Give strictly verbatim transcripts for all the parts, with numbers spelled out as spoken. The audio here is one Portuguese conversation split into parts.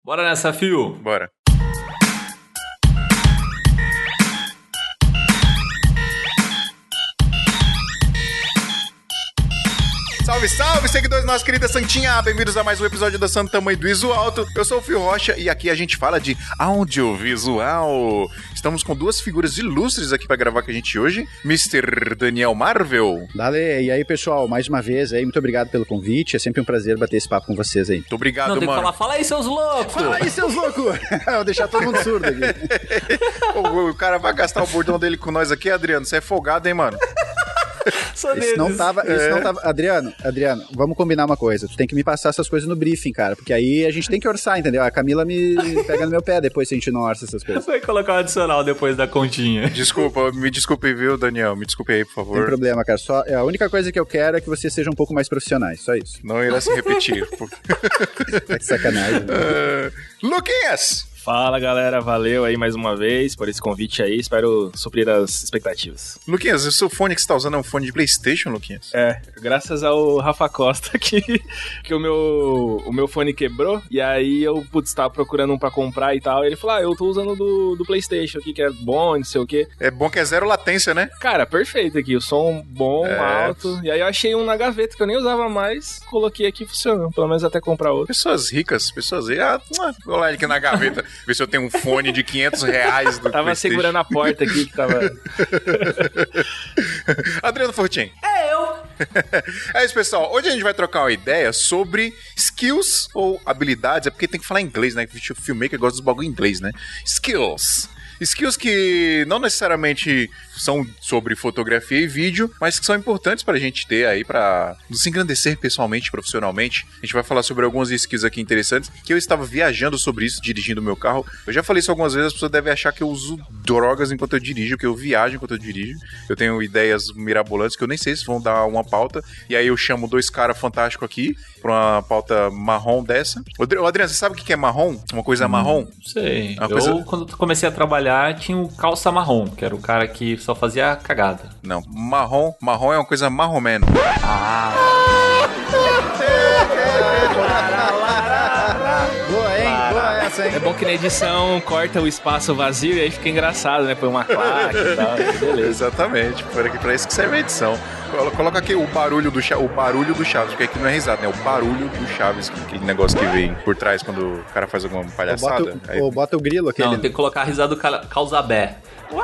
Bora nessa, fio? Bora. Salve, salve, seguidores da nossa querida Santinha! Bem-vindos a mais um episódio da Santo Tamanho do Iso Alto. Eu sou o Fio Rocha e aqui a gente fala de audiovisual. Estamos com duas figuras ilustres aqui pra gravar com a gente hoje. mister Daniel Marvel. Dale, e aí, pessoal, mais uma vez aí, muito obrigado pelo convite. É sempre um prazer bater esse papo com vocês aí. Muito obrigado, Não, tem mano. que falar, fala aí, seus loucos! Fala aí, seus loucos! Vou deixar todo mundo surdo aqui. o, o cara vai gastar o bordão dele com nós aqui, Adriano. Você é folgado, hein, mano? Só Isso não tava, isso É. não tava... Adriano, Adriano, vamos combinar uma coisa. Tu tem que me passar essas coisas no briefing, cara, porque aí a gente tem que orçar, entendeu? A Camila me pega no meu pé depois se a gente não orça essas coisas. Vai colocar um adicional depois da continha. Desculpa, me desculpe, viu, Daniel? Me desculpe aí, por Não tem favor. problema, cara. Só, a única coisa que eu quero é que vocês sejam um pouco mais profissionais, só isso. Não irá se repetir. É que sacanagem. uh, Luquinhas! Fala, galera, valeu aí mais uma vez por esse convite aí, espero suprir as expectativas. Luquinhas, o seu fone que você tá usando é um fone de PlayStation, Luquinhas? É, graças ao Rafa Costa que, que o, meu, o meu fone quebrou, e aí eu, putz, tava procurando um pra comprar e tal, e ele falou, ah, eu tô usando do, do PlayStation aqui, que é bom, não sei o quê. É bom que é zero latência, né? Cara, perfeito aqui, o som bom, É. alto, e aí eu achei um na gaveta que eu nem usava mais, coloquei aqui e funcionou, pelo menos até comprar outro. Pessoas ricas, pessoas aí, ah, vou lá aqui na gaveta, ver se eu tenho um fone de quinhentos reais do Tava PlayStation. segurando a porta aqui que tava... Adriano Fortin. É eu! É isso, pessoal. Hoje a gente vai trocar uma ideia sobre skills ou habilidades. É porque tem que falar inglês, né? O filmmaker gosta dos bagulho em inglês, né? Skills. Skills que não necessariamente são sobre fotografia e vídeo, mas que são importantes pra gente ter aí pra nos engrandecer pessoalmente e profissionalmente. A gente vai falar sobre algumas skills aqui interessantes, que eu estava viajando sobre isso, dirigindo o meu carro. Eu já falei isso algumas vezes, as pessoas devem achar que eu uso drogas enquanto eu dirijo, que eu viajo enquanto eu dirijo. Eu tenho ideias mirabolantes que eu nem sei se vão dar uma pauta, e aí eu chamo dois caras fantásticos aqui pra uma pauta marrom dessa. Ô, Adriano, você sabe o que é marrom? Uma coisa marrom? Não sei. Uma eu, coisa- quando comecei a trabalhar, tinha o calça marrom, que era o cara que só fazia cagada. Não, marrom, marrom é uma coisa marromeno. Ah! Boa, hein? Boa essa, hein? É bom que na edição corta o espaço vazio e aí fica engraçado, né? Põe uma claque e tal, beleza. Exatamente, para pra isso que serve a edição. Colo- Coloca aqui o barulho do Chaves, o barulho do Chaves, porque aqui não é risada, né? O barulho do Chaves, aquele negócio que vem por trás quando o cara faz alguma Ou palhaçada. bota, o- Aí- ou bota o grilo aquele. Não, tem que colocar a risada do ca- causabé.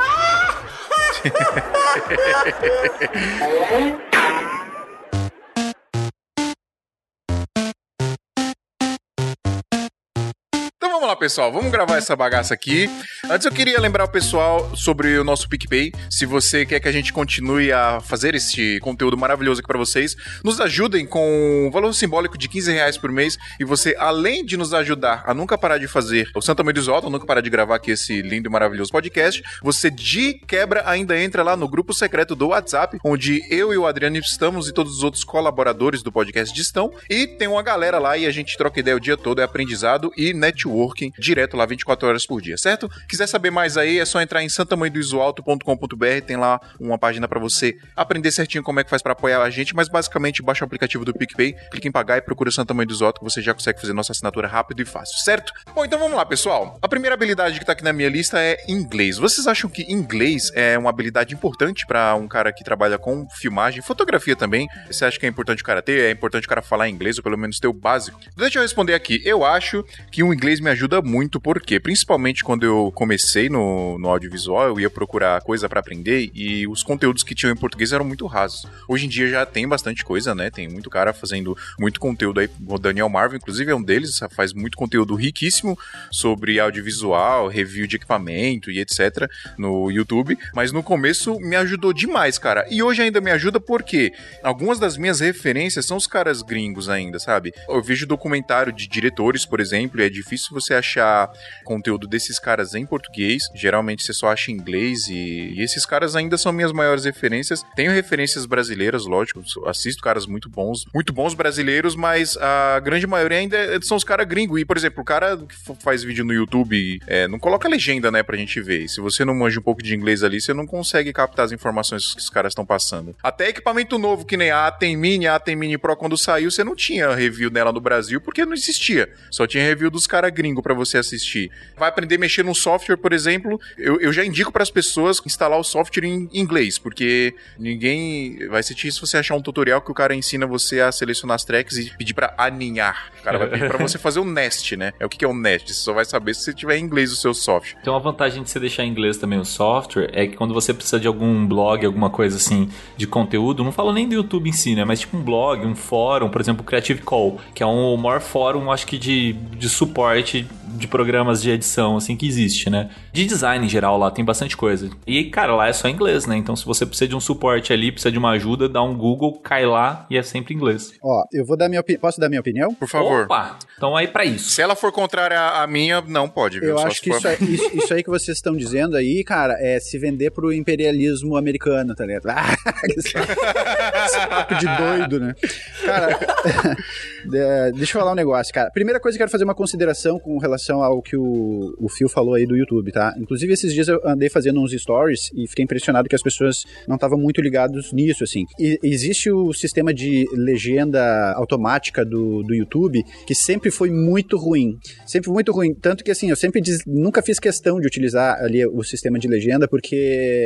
Então vamos lá, pessoal, vamos gravar essa bagaça aqui. Antes eu queria lembrar o pessoal sobre o nosso PicPay. Se você quer que a gente continue a fazer esse conteúdo maravilhoso aqui pra vocês, nos ajudem com um valor simbólico de quinze reais por mês. E você, além de nos ajudar a nunca parar de fazer o Santo Tamanho do Iso Alto, nunca parar de gravar aqui esse lindo e maravilhoso podcast, você de quebra ainda entra lá no grupo secreto do WhatsApp, onde eu e o Adriano estamos e todos os outros colaboradores do podcast estão. E tem uma galera lá e a gente troca ideia o dia todo, é aprendizado e networking direto lá vinte e quatro horas por dia, certo? Quiser saber mais aí, é só entrar em santo tamanho do iso alto ponto com ponto b r, tem lá uma página pra você aprender certinho como é que faz pra apoiar a gente, mas basicamente baixa o aplicativo do PicPay, clica em pagar e procura o Santo Tamanho do Iso Alto que você já consegue fazer nossa assinatura rápido e fácil, certo? Bom, então vamos lá, pessoal. A primeira habilidade que tá aqui na minha lista é inglês. Vocês acham que inglês é uma habilidade importante pra um cara que trabalha com filmagem, fotografia também? Você acha que é importante o cara ter? É importante o cara falar inglês ou pelo menos ter o básico? Deixa eu responder aqui. Eu acho que o inglês me ajuda muito, porque principalmente quando eu comecei no, no audiovisual, eu ia procurar coisa pra aprender e os conteúdos que tinham em português eram muito rasos. Hoje em dia já tem bastante coisa, né? Tem muito cara fazendo muito conteúdo aí. O Daniel Marvel, inclusive, é um deles, faz muito conteúdo riquíssimo sobre audiovisual, review de equipamento e etcétera no YouTube, mas no começo me ajudou demais, cara. E hoje ainda me ajuda porque algumas das minhas referências são os caras gringos ainda, sabe? Eu vejo documentário de diretores, por exemplo, e é difícil você achar conteúdo desses caras em português. Geralmente você só acha em inglês e, e esses caras ainda são minhas maiores referências. Tenho referências brasileiras, lógico, assisto caras muito bons, muito bons brasileiros, mas a grande maioria ainda são os caras gringos. E, por exemplo, o cara que faz vídeo no YouTube é, não coloca legenda, né, pra gente ver. E se você não manja um pouco de inglês ali, você não consegue captar as informações que os caras estão passando. Até equipamento novo, que nem a Atem Mini, a Atem Mini Pro, quando saiu, você não tinha review dela no Brasil, porque não existia. Só tinha review dos caras gringos pra você assistir. Vai aprender a mexer num software, por exemplo, eu, eu já indico pras pessoas instalar o software em inglês, porque ninguém vai assistir se você achar um tutorial que o cara ensina você a selecionar as tracks e pedir pra aninhar. O cara vai pedir pra você fazer o nest, né? É o que é o nest? Você só vai saber se você tiver em inglês o seu software. Tem uma vantagem de você deixar em inglês também o software, é que quando você precisa de algum blog, alguma coisa assim, de conteúdo, não falo nem do YouTube em si, né? Mas tipo um blog, um fórum, por exemplo, o Creative Call, que é um o maior fórum, acho que de, de suporte de programas de edição, assim, que existe, né? De design em geral lá, tem bastante coisa. E, cara, lá é só inglês, né? Então, se você precisa de um suporte ali, precisa de uma ajuda, dá um Google, cai lá e é sempre inglês. Ó, eu vou dar minha opinião. Posso dar minha opinião? Por favor. Opa! Então aí pra isso. Se ela for contrária à minha, não pode, viu? Eu Só acho se que for... isso, aí, isso, isso aí que vocês estão dizendo aí, cara, é se vender pro imperialismo americano, tá ligado? Ah, esse papo de doido, né? Cara, deixa eu falar um negócio, cara. Primeira coisa, eu quero fazer uma consideração com relação ao que o, o Phil falou aí do YouTube, tá? Inclusive, esses dias eu andei fazendo uns stories e fiquei impressionado que as pessoas não estavam muito ligados nisso, assim. E, existe o sistema de legenda automática do, do YouTube, que sempre foi muito ruim. Sempre muito ruim. Tanto que, assim, eu sempre diz, nunca fiz questão de utilizar ali o sistema de legenda, porque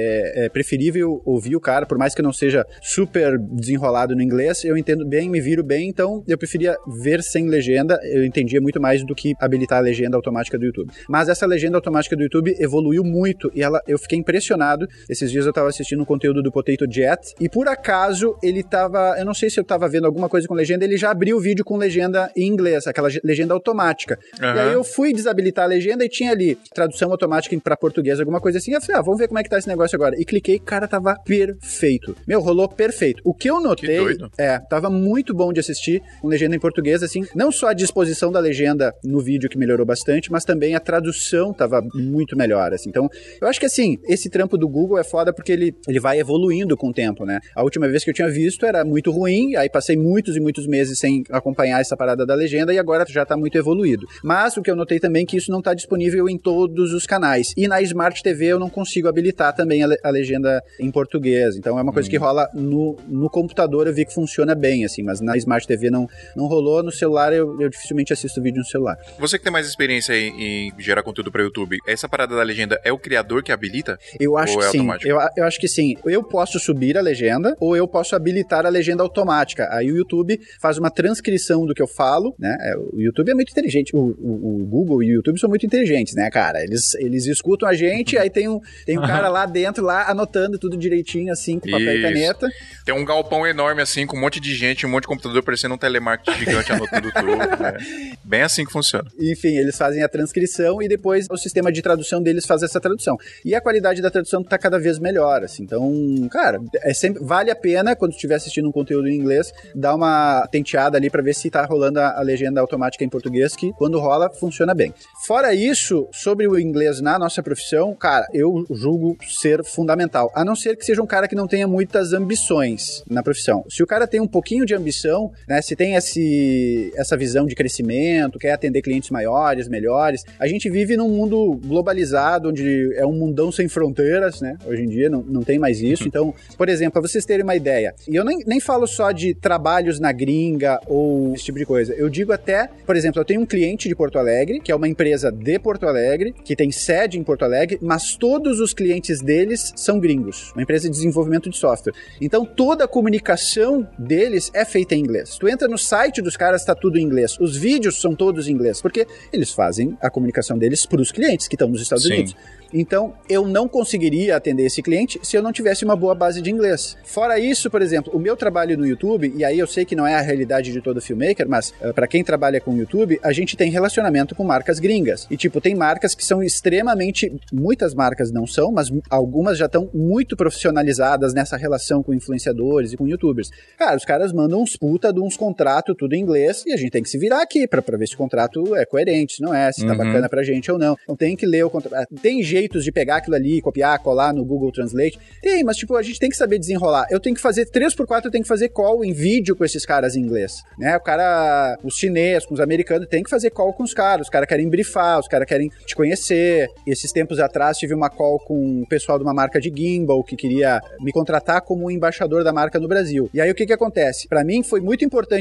é preferível ouvir o cara, por mais que eu não seja super desenrolado no inglês, eu entendo bem, me viro bem, então eu preferia ver sem legenda, eu entendia muito mais do que habilitar a legenda automática do YouTube. Mas essa legenda automática do YouTube evoluiu muito e ela, eu fiquei impressionado. Esses dias eu tava assistindo um conteúdo do Potato Jet e por acaso ele tava, eu não sei se eu tava vendo alguma coisa com legenda, ele já abriu o vídeo com legenda em inglês, aquela legenda automática. Uhum. E aí eu fui desabilitar a legenda e tinha ali tradução automática para português, alguma coisa assim. Eu falei, ah, vamos ver como é que tá esse negócio agora. E cliquei, cara, tava perfeito. Meu, rolou perfeito. O que eu notei, que é, tava muito bom de assistir com legenda em português, assim, não só a disposição da legenda no vídeo que melhorou bastante, mas também a tradução tava muito melhor, assim. Então, eu acho que, assim, esse trampo do Google é foda porque ele, ele vai evoluindo com o tempo, né? A última vez que eu tinha visto era muito ruim, aí passei muitos e muitos meses sem acompanhar essa parada da legenda e agora já tá muito evoluído. Mas o que eu notei também é que isso não tá disponível em todos os canais. E na Smart T V eu não consigo habilitar também a, le- a legenda em português. Então é uma coisa hum. que rola no, no computador, eu vi que funciona bem, assim, mas na Smart T V não, não rolou. No celular eu, eu dificilmente assisto vídeo no celular. Você que tem mais experiência em, em gerar conteúdo pra YouTube, essa parada da legenda é o criador que habilita? Eu acho ou que é sim. Automático? Eu, eu acho que sim. Eu posso subir a legenda ou eu posso habilitar a legenda automática. Aí o YouTube faz uma transcrição do que eu falo, né? O YouTube é muito inteligente. O, o, o Google e o YouTube são muito inteligentes, né, cara? Eles, eles escutam a gente, aí tem um, tem um cara lá dentro, lá anotando tudo direitinho, assim, com papel Isso. e caneta. Tem um galpão enorme, assim, com um monte de gente, um monte de computador parecendo um telemarketing gigante anotando tudo. Né? Bem assim que funciona. Enfim, eles fazem a transcrição e depois o sistema de tradução deles faz essa tradução. E a qualidade da tradução tá cada vez melhor, assim. Então, cara, é sempre, vale a pena, quando estiver assistindo um conteúdo em inglês, dar uma tenteada ali pra ver se tá rolando a, a legenda automática em português, que quando rola, funciona bem. Fora isso, sobre o inglês na nossa profissão, cara, eu julgo ser fundamental. A não ser que seja um cara que não tenha muitas ambições na profissão. Se o cara tem um pouquinho de ambição, né, se tem esse, essa visão de crescimento, quer atender clientes maiores, melhores, a gente vive num mundo globalizado, onde é um mundão sem fronteiras, né? Hoje em dia não, não tem mais isso. Então, por exemplo, pra vocês terem uma ideia, e eu nem, nem falo só de trabalhos na gringa ou esse tipo de coisa. Eu digo até, por exemplo, eu tenho um cliente de Porto Alegre, que é uma empresa de Porto Alegre, que tem sede em Porto Alegre, mas todos os clientes deles são gringos. Uma empresa de desenvolvimento de software. Então, toda a comunicação deles é feita em inglês. Tu entra no site dos caras, tá tudo em inglês. Os vídeos são todos em inglês, porque eles fazem a comunicação deles para os clientes que estão nos Estados Sim. Unidos. Então, eu não conseguiria atender esse cliente se eu não tivesse uma boa base de inglês. Fora isso, por exemplo, o meu trabalho no YouTube, e aí eu sei que não é a realidade de todo filmmaker, mas uh, para quem trabalha com YouTube, a gente tem relacionamento com marcas gringas. E, tipo, tem marcas que são extremamente... Muitas marcas não são, mas algumas já estão muito profissionalizadas nessa relação com influenciadores e com YouTubers. Cara, os caras mandam uns puta de uns contratos, tudo em inglês, e a gente tem que se virar aqui pra, pra ver se o contrato é coerente, se não é, se tá uhum. bacana pra gente ou não. Então tem que ler o contrato. Tem jeito de pegar aquilo ali, copiar, colar no Google Translate. Tem, mas tipo, a gente tem que saber desenrolar. Eu tenho que fazer três por quatro, eu tenho que fazer call em vídeo com esses caras em inglês, né? O cara, os chineses, com os americanos, tem que fazer call com os caras. Os caras querem brifar, os caras querem te conhecer. Esses tempos atrás tive uma call com o pessoal de uma marca de gimbal que queria me contratar como embaixador da marca no Brasil. E aí o que que acontece? Pra mim foi muito importante desenrolar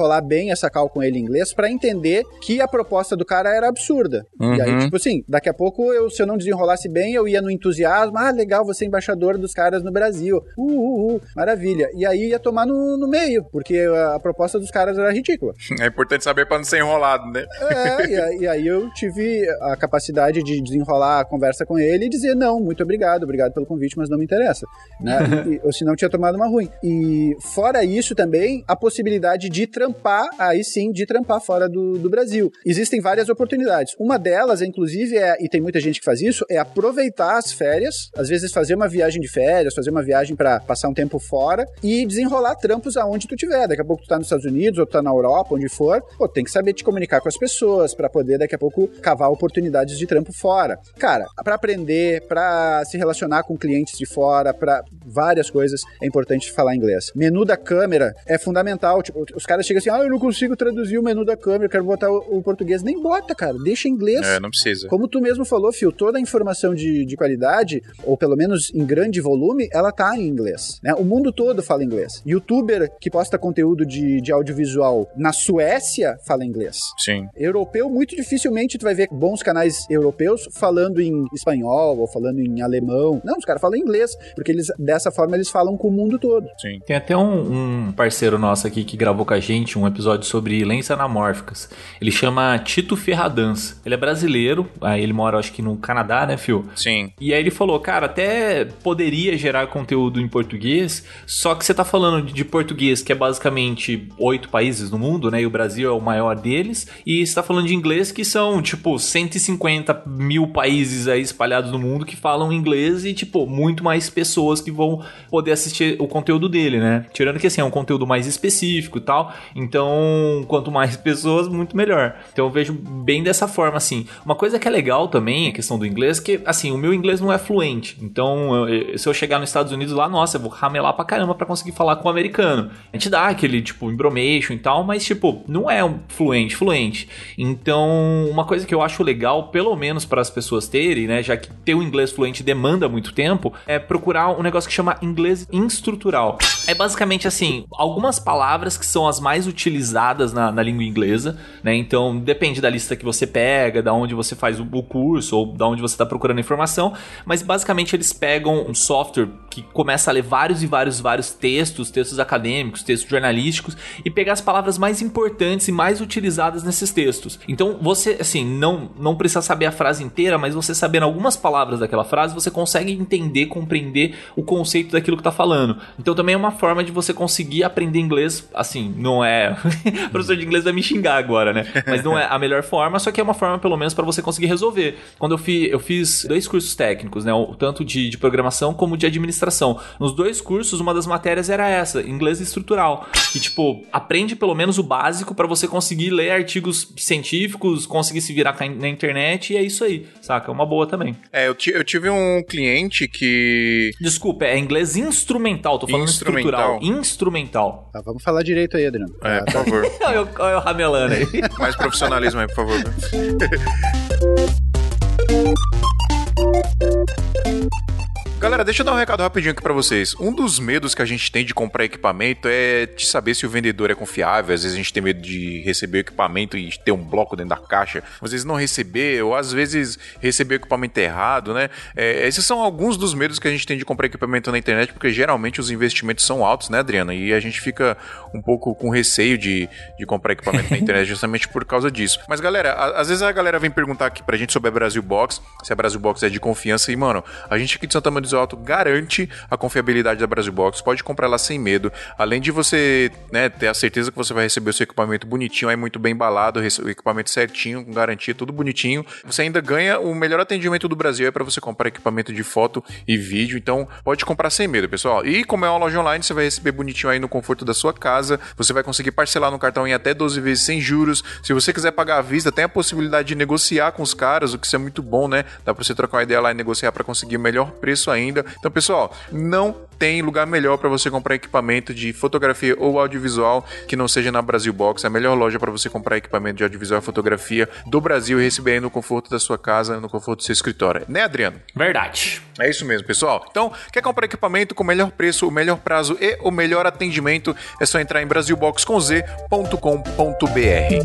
desenrolar bem essa call com ele em inglês pra entender que a proposta do cara era absurda. Uhum. E aí, tipo assim, daqui a pouco, eu, se eu não desenrolasse bem, eu ia no entusiasmo, ah, legal, você é embaixador dos caras no Brasil. Uh, uh, uh, maravilha. E aí ia tomar no, no meio, porque a, a proposta dos caras era ridícula. É importante saber pra não ser enrolado, né? É, e, aí, e aí eu tive a capacidade de desenrolar a conversa com ele e dizer, não, muito obrigado, obrigado pelo convite, mas não me interessa. Né? E, ou senão tinha tomado uma ruim. E fora isso também, a possibilidade de trampar, aí sim, de trampar fora do, do Brasil. Existem várias oportunidades. Uma delas, inclusive, é, e tem muita gente que faz isso, é aproveitar as férias, às vezes fazer uma viagem de férias, fazer uma viagem pra passar um tempo fora e desenrolar trampos aonde tu tiver. Daqui a pouco tu tá nos Estados Unidos ou tu tá na Europa, onde for, pô, tem que saber te comunicar com as pessoas pra poder daqui a pouco cavar oportunidades de trampo fora. Cara, pra aprender, pra se relacionar com clientes de fora, pra várias coisas, é importante falar inglês. Menu da câmera é fundamental. Tipo, os caras chegam assim, ah, eu não consigo traduzir o menu da câmera, eu quero botar o, o português. Nem bota, cara. Deixa em inglês. É, não precisa. Como tu mesmo falou, Fio, toda a informação de, de qualidade, ou pelo menos em grande volume, ela tá em inglês. Né? O mundo todo fala inglês. Youtuber que posta conteúdo de, de audiovisual na Suécia fala inglês. Sim. Europeu, muito dificilmente tu vai ver bons canais europeus falando em espanhol ou falando em alemão. Não, os caras falam inglês, porque eles, dessa forma eles falam com o mundo todo. Sim. Tem até um, um parceiro nosso aqui que gravou com a gente um episódio sobre lentes anamórficas. Ele chama Tito Ferradança. Ele é brasileiro, aí ele mora acho que no Canadá, né, Fio? Sim. E aí ele falou, cara, até poderia gerar conteúdo em português, só que você tá falando de português, que é basicamente oito países no mundo, né, e o Brasil é o maior deles, e você tá falando de inglês que são, tipo, cento e cinquenta mil países aí espalhados no mundo que falam inglês e, tipo, muito mais pessoas que vão poder assistir o conteúdo dele, né? Tirando que, assim, é um conteúdo mais específico e tal, então, quanto mais pessoas, muito melhor. Então, eu vejo bem dessa forma, assim. Uma coisa que é legal também, a questão do inglês, que, assim, o meu inglês não é fluente. Então, eu, se eu chegar nos Estados Unidos lá, nossa, eu vou ramelar pra caramba pra conseguir falar com o americano. A gente dá aquele, tipo, embromation e tal, mas, tipo, não é um fluente, fluente. Então, uma coisa que eu acho legal, pelo menos para as pessoas terem, né, já que ter o inglês fluente demanda muito tempo, é procurar um negócio que chama inglês instrutural. É basicamente, assim, algumas palavras que são as mais utilizadas na, na língua inglesa, né, então depende da lista que você pega, da onde você faz o, o curso, ou da onde você está procurando informação, mas basicamente eles pegam um software que começa a ler vários e vários, vários textos, textos acadêmicos, textos jornalísticos, e pegar as palavras mais importantes e mais utilizadas nesses textos. Então, você, assim, não, não precisa saber a frase inteira, mas você sabendo algumas palavras daquela frase, você consegue entender, compreender o conceito daquilo que tá falando. Então, também é uma forma de você conseguir aprender inglês, assim, não é... o professor de inglês vai me xingar agora, né? Mas não é a melhor forma, só que é uma forma, pelo menos, para você conseguir resolver. Quando eu, fi, eu fiz dois cursos técnicos, né? Tanto de, de programação como de administração. Nos dois cursos, uma das matérias era essa, inglês estrutural. Que, tipo, aprende pelo menos o básico para você conseguir ler artigos científicos, conseguir se virar na internet, e é isso aí, saca? É uma boa também. É, eu, eu tive um cliente que... Desculpa, é inglês instrumental, tô falando instrumental. estrutural. Instrumental. Tá, vamos falar direito aí, Adriano. É, ah, por tá. favor. Olha eu, eu ramelando aí. Mais profissionalismo aí, por favor. Galera, deixa eu dar um recado rapidinho aqui pra vocês. Um dos medos que a gente tem de comprar equipamento é de saber se o vendedor é confiável. Às vezes a gente tem medo de receber o equipamento e ter um bloco dentro da caixa. Às vezes não receber, ou às vezes receber o equipamento errado, né? É, esses são alguns dos medos que a gente tem de comprar equipamento na internet, porque geralmente os investimentos são altos, né, Adriana? E a gente fica um pouco com receio de, de comprar equipamento na internet justamente por causa disso. Mas, galera, a, às vezes a galera vem perguntar aqui pra gente sobre a Brasil Box, se a Brasil Box é de confiança. E, mano, a gente aqui de Santa Maria do Alto garante a confiabilidade da Brasil Box, pode comprar ela sem medo, além de você, né, ter a certeza que você vai receber o seu equipamento bonitinho, aí muito bem embalado, o equipamento certinho, com garantia, tudo bonitinho, você ainda ganha o melhor atendimento do Brasil é para você comprar equipamento de foto e vídeo, então pode comprar sem medo, pessoal. E como é uma loja online, você vai receber bonitinho aí no conforto da sua casa, você vai conseguir parcelar no cartão em até doze vezes sem juros, se você quiser pagar à vista, tem a possibilidade de negociar com os caras, o que isso é muito bom, né, dá pra você trocar uma ideia lá e negociar para conseguir o melhor preço ainda. clássica. Então, pessoal, não tem lugar melhor para você comprar equipamento de fotografia ou audiovisual que não seja na Brasil Box. A melhor loja para você comprar equipamento de audiovisual e fotografia do Brasil e receber aí no conforto da sua casa, no conforto do seu escritório. Né, Adriano? Verdade. É isso mesmo, pessoal. Então, quer comprar equipamento com o melhor preço, o melhor prazo e o melhor atendimento? É só entrar em brasil box com z ponto com ponto b r.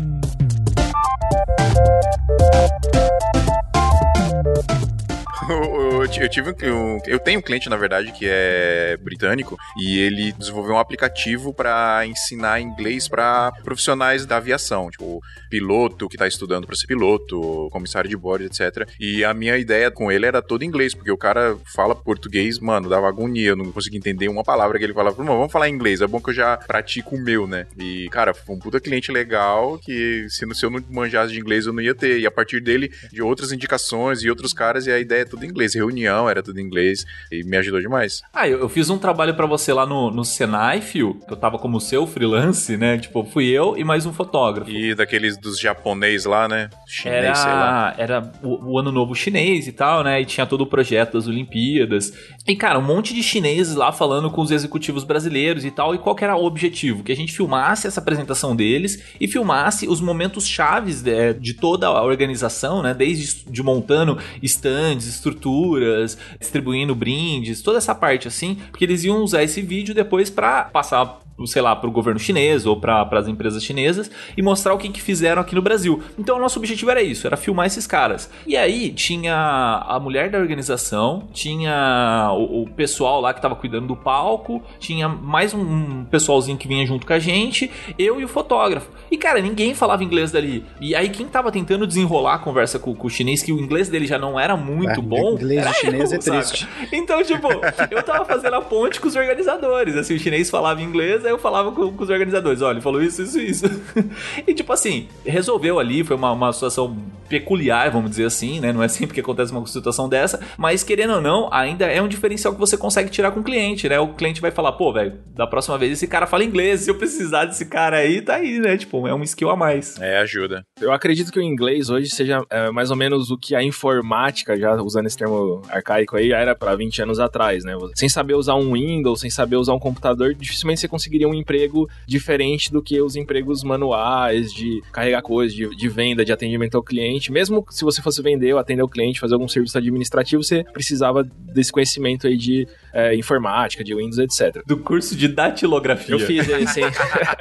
Eu, eu tive um, eu tenho um cliente, na verdade, que é britânico e ele desenvolveu um aplicativo para ensinar inglês para profissionais da aviação, tipo piloto que tá estudando para ser piloto, comissário de bordo, etcétera. E a minha ideia com ele era todo em inglês, porque o cara fala português, mano, dava agonia, eu não conseguia entender uma palavra que ele falava. Mano, vamos falar inglês, é bom que eu já pratico o meu, né? E, cara, foi um puta cliente legal que se, se eu não manjasse de inglês eu não ia ter. E a partir dele, de outras indicações e outros caras, e a ideia é tudo em inglês. Reunião era tudo em inglês e me ajudou demais. Ah, eu, eu fiz um trabalho pra você lá no, no Senai, fio. Eu tava como seu freelance, né? Tipo, fui eu e mais um fotógrafo. E daqueles dos japonês lá, né? Chinês, era, sei lá. Era o, o Ano Novo Chinês e tal, né? E tinha todo o projeto das Olimpíadas. E, cara, um monte de chineses lá falando com os executivos brasileiros e tal. E qual que era o objetivo? Que a gente filmasse essa apresentação deles e filmasse os momentos chaves de, de toda a organização, né? Desde de montando stands, estruturas, distribuindo brindes, toda essa parte assim, porque eles iam usar esse vídeo depois pra passar, sei lá, pro governo chinês ou para as empresas chinesas e mostrar o que, que fizeram aqui no Brasil. Então o nosso objetivo era isso, era filmar esses caras. E aí tinha a mulher da organização, tinha o, o pessoal lá que tava cuidando do palco, tinha mais um, um pessoalzinho que vinha junto com a gente, eu e o fotógrafo. E cara, ninguém falava inglês dali. E aí quem tava tentando desenrolar a conversa com, com o chinês, que o inglês dele já não era muito é, bom. O inglês era do chinês eu, é triste. Saca? Então, tipo, eu tava fazendo a ponte com os organizadores. Assim, o chinês falava inglês, aí eu falava com, com os organizadores, olha, ele falou isso, isso, isso. E tipo assim, resolveu ali, foi uma, uma situação peculiar, vamos dizer assim, né? Não é sempre que acontece uma situação dessa, mas querendo ou não, ainda é um diferencial que você consegue tirar com o cliente, né? O cliente vai falar, pô, velho, da próxima vez esse cara fala inglês, se eu precisar desse cara aí, tá aí, né? Tipo, é um skill a mais. É, ajuda. Eu acredito que o inglês hoje seja é, mais ou menos o que a informática, já usando esse termo arcaico aí, era pra vinte anos atrás, né? Sem saber usar um Windows, sem saber usar um computador, dificilmente você conseguiria um emprego diferente do que os empregos manuais, de carregar coisas, de, de venda, de atendimento ao cliente. Mesmo se você fosse vender ou atender ao cliente, fazer algum serviço administrativo, você precisava desse conhecimento aí de é, informática, de Windows, etcétera. Do curso de datilografia. Eu fiz esse, hein?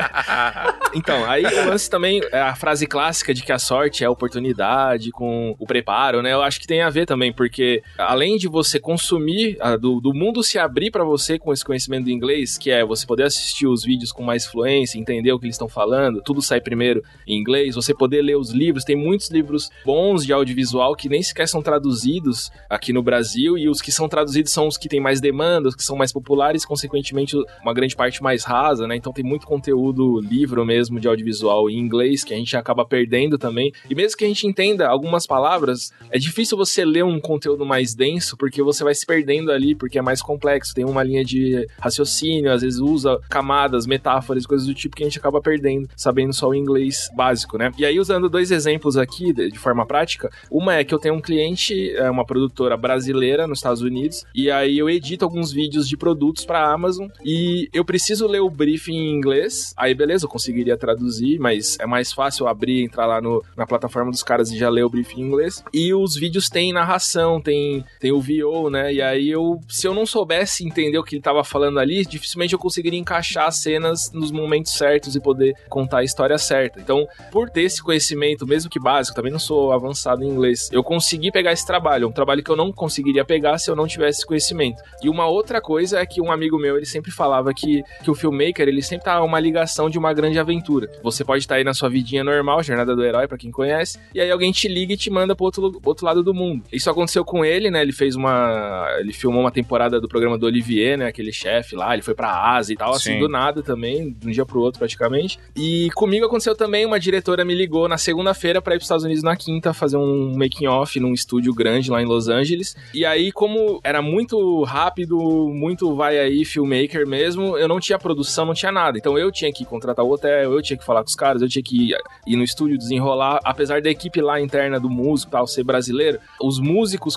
Então, aí o lance também, a frase clássica de que a sorte é a oportunidade com o preparo, né? Eu acho que tem a ver também, porque além de você consumir, a, do, do mundo se abrir pra você com esse conhecimento do inglês, que é você poder assistir os vídeos com mais fluência, entender o que eles estão falando, tudo sai primeiro em inglês, você poder ler os livros, tem muitos livros bons de audiovisual que nem sequer são traduzidos aqui no Brasil, e os que são traduzidos são os que têm mais demanda, os que são mais populares, consequentemente uma grande parte mais rasa, né? Então tem muito conteúdo, livro mesmo de audiovisual em inglês, que a gente acaba perdendo também, e mesmo que a gente entenda algumas palavras, é difícil você ler um conteúdo mais denso, porque você vai se perdendo ali, porque é mais complexo, tem uma linha de raciocínio, às vezes usa camadas, metáforas, coisas do tipo que a gente acaba perdendo, sabendo só o inglês básico, né? E aí, usando dois exemplos aqui, de, de forma prática, uma é que eu tenho um cliente, é uma produtora brasileira nos Estados Unidos, e aí eu edito alguns vídeos de produtos pra Amazon, e eu preciso ler o briefing em inglês, aí beleza, eu conseguiria traduzir, mas é mais fácil abrir, entrar lá no, na plataforma dos caras e já ler o briefing em inglês, e os vídeos têm narração, tem, tem o V O, né? E aí eu, se eu não soubesse entender o que ele tava falando ali, dificilmente eu conseguiria encaixar as cenas nos momentos certos e poder contar a história certa. Então, por ter esse conhecimento, mesmo que básico, também não sou avançado em inglês, eu consegui pegar esse trabalho, um trabalho que eu não conseguiria pegar se eu não tivesse esse conhecimento. E uma outra coisa é que um amigo meu, ele sempre falava que, que o filmmaker, ele sempre tá uma ligação de uma grande aventura. Você pode estar aí na sua vidinha normal, Jornada do Herói, pra quem conhece, e aí alguém te liga e te manda pro outro, pro outro lado do mundo. Isso aconteceu com ele, né? Ele fez uma... Ele filmou uma temporada do programa do Olivier, né? Aquele chefe lá, ele foi pra Ásia e tal, Sim. assim, do nada também, de um dia pro outro praticamente. E comigo aconteceu também, uma diretora me ligou na segunda-feira pra ir pros Estados Unidos na quinta, fazer um making-off num estúdio grande lá em Los Angeles. E aí, como era muito rápido, muito vai aí, filmmaker mesmo, eu não tinha produção, não tinha nada. Então eu tinha que contratar o hotel, eu tinha que falar com os caras, eu tinha que ir, ir no estúdio desenrolar. Apesar da equipe lá interna do músico tal ser brasileira, os músicos contratados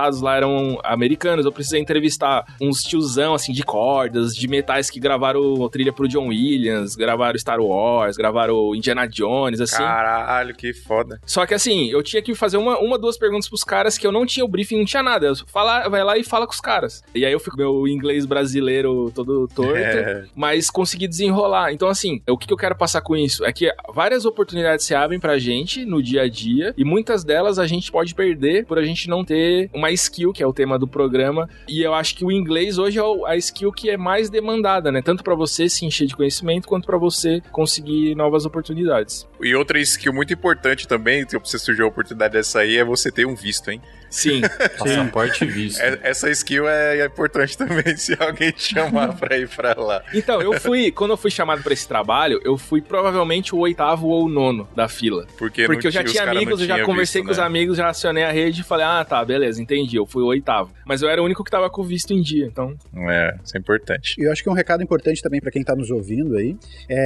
entrevistados lá eram americanos. Eu precisei entrevistar uns tiozão, assim, de cordas, de metais que gravaram trilha pro John Williams, gravaram Star Wars, gravaram Indiana Jones, assim. Caralho, que foda. Só que assim, eu tinha que fazer uma, uma duas perguntas pros caras que eu não tinha o briefing, não tinha nada. Eu fala, vai lá e fala com os caras. E aí eu fico com meu inglês brasileiro todo torto, é. mas consegui desenrolar. Então assim, o que eu quero passar com isso? É que várias oportunidades se abrem pra gente no dia a dia e muitas delas a gente pode perder por a gente não ter uma skill, que é o tema do programa. E eu acho que o inglês hoje é a skill que é mais demandada, né? Tanto pra você se encher de conhecimento, quanto pra você conseguir novas oportunidades. E outra skill muito importante também, se você surgiu a oportunidade dessa aí, é você ter um visto, hein? Sim. Passaporte e visto. É, essa skill é, é importante também, se alguém te chamar pra ir pra lá. Então, eu fui, quando eu fui chamado pra esse trabalho, eu fui provavelmente o oitavo ou o nono da fila. Porque, Porque eu já tinha, tinha amigos, eu já conversei visto, com né? os amigos, já acionei a rede e falei, ah, tá, beleza, entendi, eu fui o oitavo. Mas eu era o único que tava com o visto em dia, então... É, isso é importante. E eu acho que um recado importante também pra quem tá nos ouvindo aí,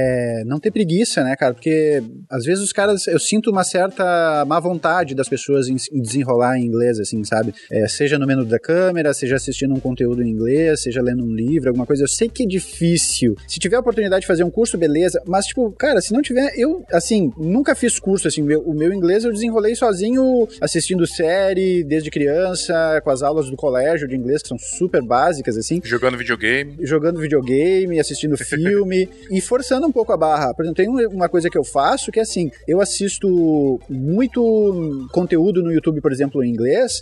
é não ter preguiça, né, cara? Porque às vezes os caras, eu sinto uma certa má vontade das pessoas em, em desenrolar em inglês, assim, sabe? É, seja no menu da câmera, seja assistindo um conteúdo em inglês, seja lendo um livro, alguma coisa. Eu sei que é difícil. Se tiver a oportunidade de fazer um curso, beleza, mas, tipo, cara, se não tiver, eu, assim, nunca fiz curso, assim, meu, o meu inglês eu desenrolei sozinho, assistindo série, desde criança, com as aulas do colégio de inglês, que são super básicas, assim. Jogando videogame. Jogando videogame, assistindo filme, e forçando um pouco a barra. Por exemplo, tem uma coisa que eu faço, que é assim, eu assisto muito conteúdo no YouTube, por exemplo, em inglês,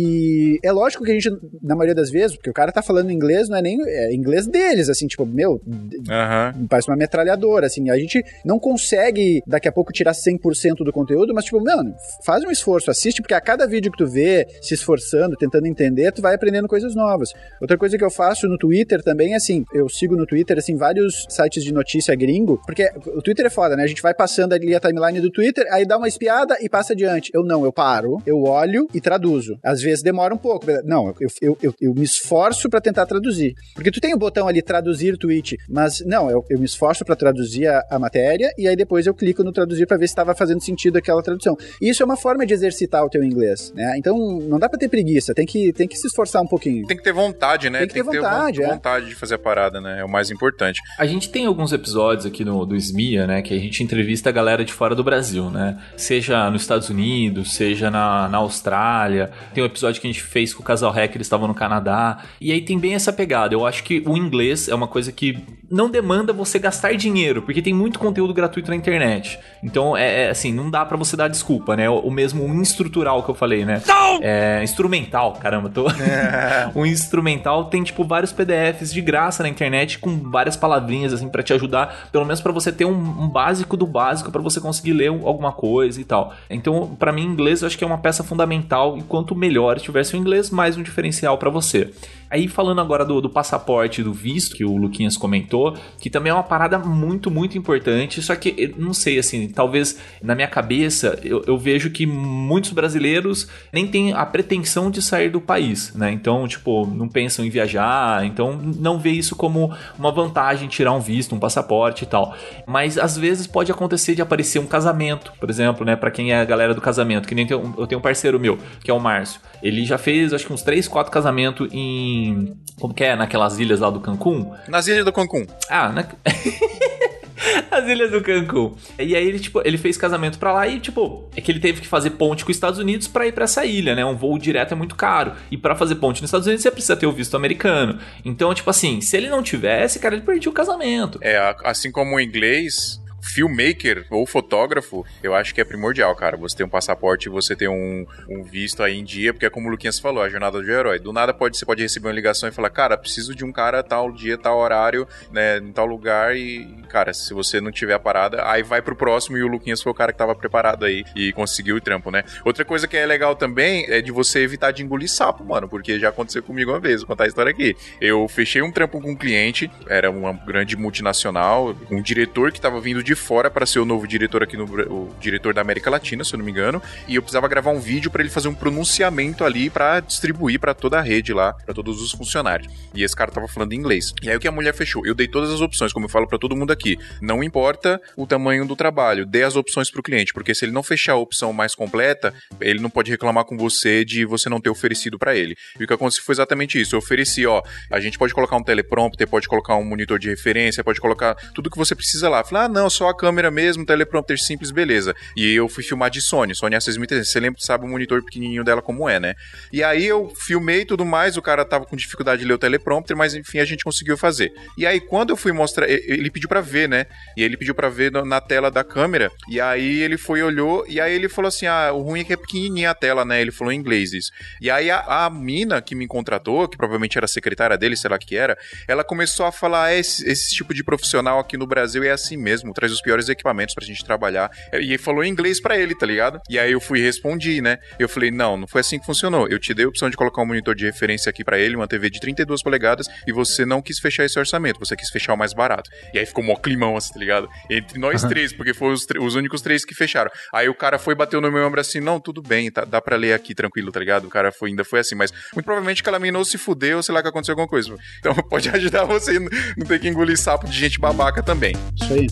e é lógico que a gente, na maioria das vezes, porque o cara tá falando inglês, não é nem é inglês deles, assim, tipo, meu, uhum. parece uma metralhadora, assim, a gente não consegue daqui a pouco tirar cem por cento do conteúdo, mas tipo, mano, faz um esforço, assiste, porque a cada vídeo que tu vê, se esforçando, tentando entender, tu vai aprendendo coisas novas. Outra coisa que eu faço no Twitter também é assim, eu sigo no Twitter, assim, vários sites de notícia gringo, porque o Twitter é foda, né, a gente vai passando ali a timeline do Twitter, aí dá uma espiada e passa adiante. Eu não, eu paro, eu olho e traduzo. Às vezes demora um pouco. Não, eu, eu, eu, eu me esforço pra tentar traduzir. Porque tu tem o botão ali, traduzir tweet, mas não, eu, eu me esforço pra traduzir a, a matéria e aí depois eu clico no traduzir pra ver se estava fazendo sentido aquela tradução. E isso é uma forma de exercitar o teu inglês, né? Então não dá pra ter preguiça, tem que, tem que se esforçar um pouquinho. Tem que ter vontade, né? Tem que ter tem vontade, ter é. vontade de fazer a parada, né? É o mais importante. A gente tem alguns episódios aqui no, do SMIA, né? Que a gente entrevista a galera de fora do Brasil, né? Seja nos Estados Unidos, seja na, na Austrália. Tem um episódio que a gente fez com o Casal Hack, eles estavam no Canadá. E aí tem bem essa pegada. Eu acho que o inglês é uma coisa que não demanda você gastar dinheiro, porque tem muito conteúdo gratuito na internet. Então, é, é assim, não dá pra você dar desculpa, né? O, o mesmo instrutural que eu falei, né? Não! É, instrumental, caramba, tô... É. O instrumental tem, tipo, vários P D Fs de graça na internet com várias palavrinhas, assim, pra te ajudar, pelo menos pra você ter um, um básico do básico pra você conseguir ler alguma coisa e tal. Então, pra mim, inglês eu acho que é uma peça fundamental, e quanto melhor tivesse o inglês, mais um diferencial pra você. Aí, falando agora do, do passaporte, do visto, que o Luquinhas comentou, que também é uma parada muito, muito importante, só que, eu não sei, assim, talvez na minha cabeça, eu, eu vejo que muitos brasileiros nem têm a pretensão de sair do país, né? Então, tipo, não pensam em viajar, então não vê isso como uma vantagem tirar um visto, um passaporte e tal. Mas, às vezes, pode acontecer de aparecer um casamento, por exemplo, né? Pra quem é a galera do casamento, que nem tem um, eu tenho um parceiro meu, que é o Márcio. Ele já fez, acho que uns três, quatro casamentos em... Como que é? Naquelas ilhas lá do Cancún? Nas ilhas do Cancún. Ah, na... As ilhas do Cancún. E aí ele, tipo, ele fez casamento pra lá e, tipo, é que ele teve que fazer ponte com os Estados Unidos pra ir pra essa ilha, né? Um voo direto é muito caro. E pra fazer ponte nos Estados Unidos você precisa ter o visto americano. Então, tipo assim, se ele não tivesse, cara, ele perdia o casamento. É, assim como o inglês... filmmaker ou fotógrafo, eu acho que é primordial, cara. Você ter um passaporte e você ter um, um visto aí em dia, porque é como o Luquinhas falou, a jornada do herói. Do nada pode, você pode receber uma ligação e falar, cara, preciso de um cara tal dia, tal horário, né, em tal lugar e, cara, se você não tiver a parada, aí vai pro próximo e o Luquinhas foi o cara que tava preparado aí e conseguiu o trampo, né? Outra coisa que é legal também é de você evitar de engolir sapo, mano, porque já aconteceu comigo uma vez, vou contar a história aqui. Eu fechei um trampo com um cliente, era uma grande multinacional, um diretor que tava vindo de de fora para ser o novo diretor aqui no o diretor da América Latina, se eu não me engano, e eu precisava gravar um vídeo para ele fazer um pronunciamento ali para distribuir para toda a rede lá, para todos os funcionários. E esse cara tava falando inglês. E aí o que a mulher fechou? Eu dei todas as opções, como eu falo para todo mundo aqui. Não importa o tamanho do trabalho, dê as opções pro cliente, porque se ele não fechar a opção mais completa, ele não pode reclamar com você de você não ter oferecido para ele. E o que aconteceu foi exatamente isso. Eu ofereci, ó, a gente pode colocar um teleprompter, pode colocar um monitor de referência, pode colocar tudo que você precisa lá. Falei, ah, não, só a câmera mesmo, teleprompter simples, beleza. E eu fui filmar de Sony, Sony A seis mil e trezentos. Você lembra, sabe o monitor pequenininho dela como é, né? E aí eu filmei e tudo mais, o cara tava com dificuldade de ler o teleprompter, mas enfim, a gente conseguiu fazer. E aí quando eu fui mostrar, ele pediu pra ver, né? E aí ele pediu pra ver na tela da câmera, e aí ele foi, olhou, e aí ele falou assim, ah, o ruim é que é pequenininha a tela, né? Ele falou em inglês isso. E aí a, a mina que me contratou, que provavelmente era a secretária dele, sei lá o que era, ela começou a falar, ah, esse, esse tipo de profissional aqui no Brasil é assim mesmo, traz os piores equipamentos pra gente trabalhar. E falou em inglês pra ele, tá ligado? E aí eu fui e respondi, né? Eu falei, não, não foi assim que funcionou. Eu te dei a opção de colocar um monitor de referência aqui pra ele, uma T V de trinta e duas polegadas, e você não quis fechar esse orçamento, você quis fechar o mais barato. E aí ficou mó climão, assim, tá ligado? Entre nós três, porque foram os, os únicos três que fecharam. Aí o cara foi, bateu no meu ombro assim, não, tudo bem, tá, dá pra ler aqui tranquilo, tá ligado? O cara foi, ainda foi assim, mas muito provavelmente que ela me não se fudeu, sei lá que aconteceu alguma coisa. Então pode ajudar você não ter que engolir sapo de gente babaca também. Isso aí.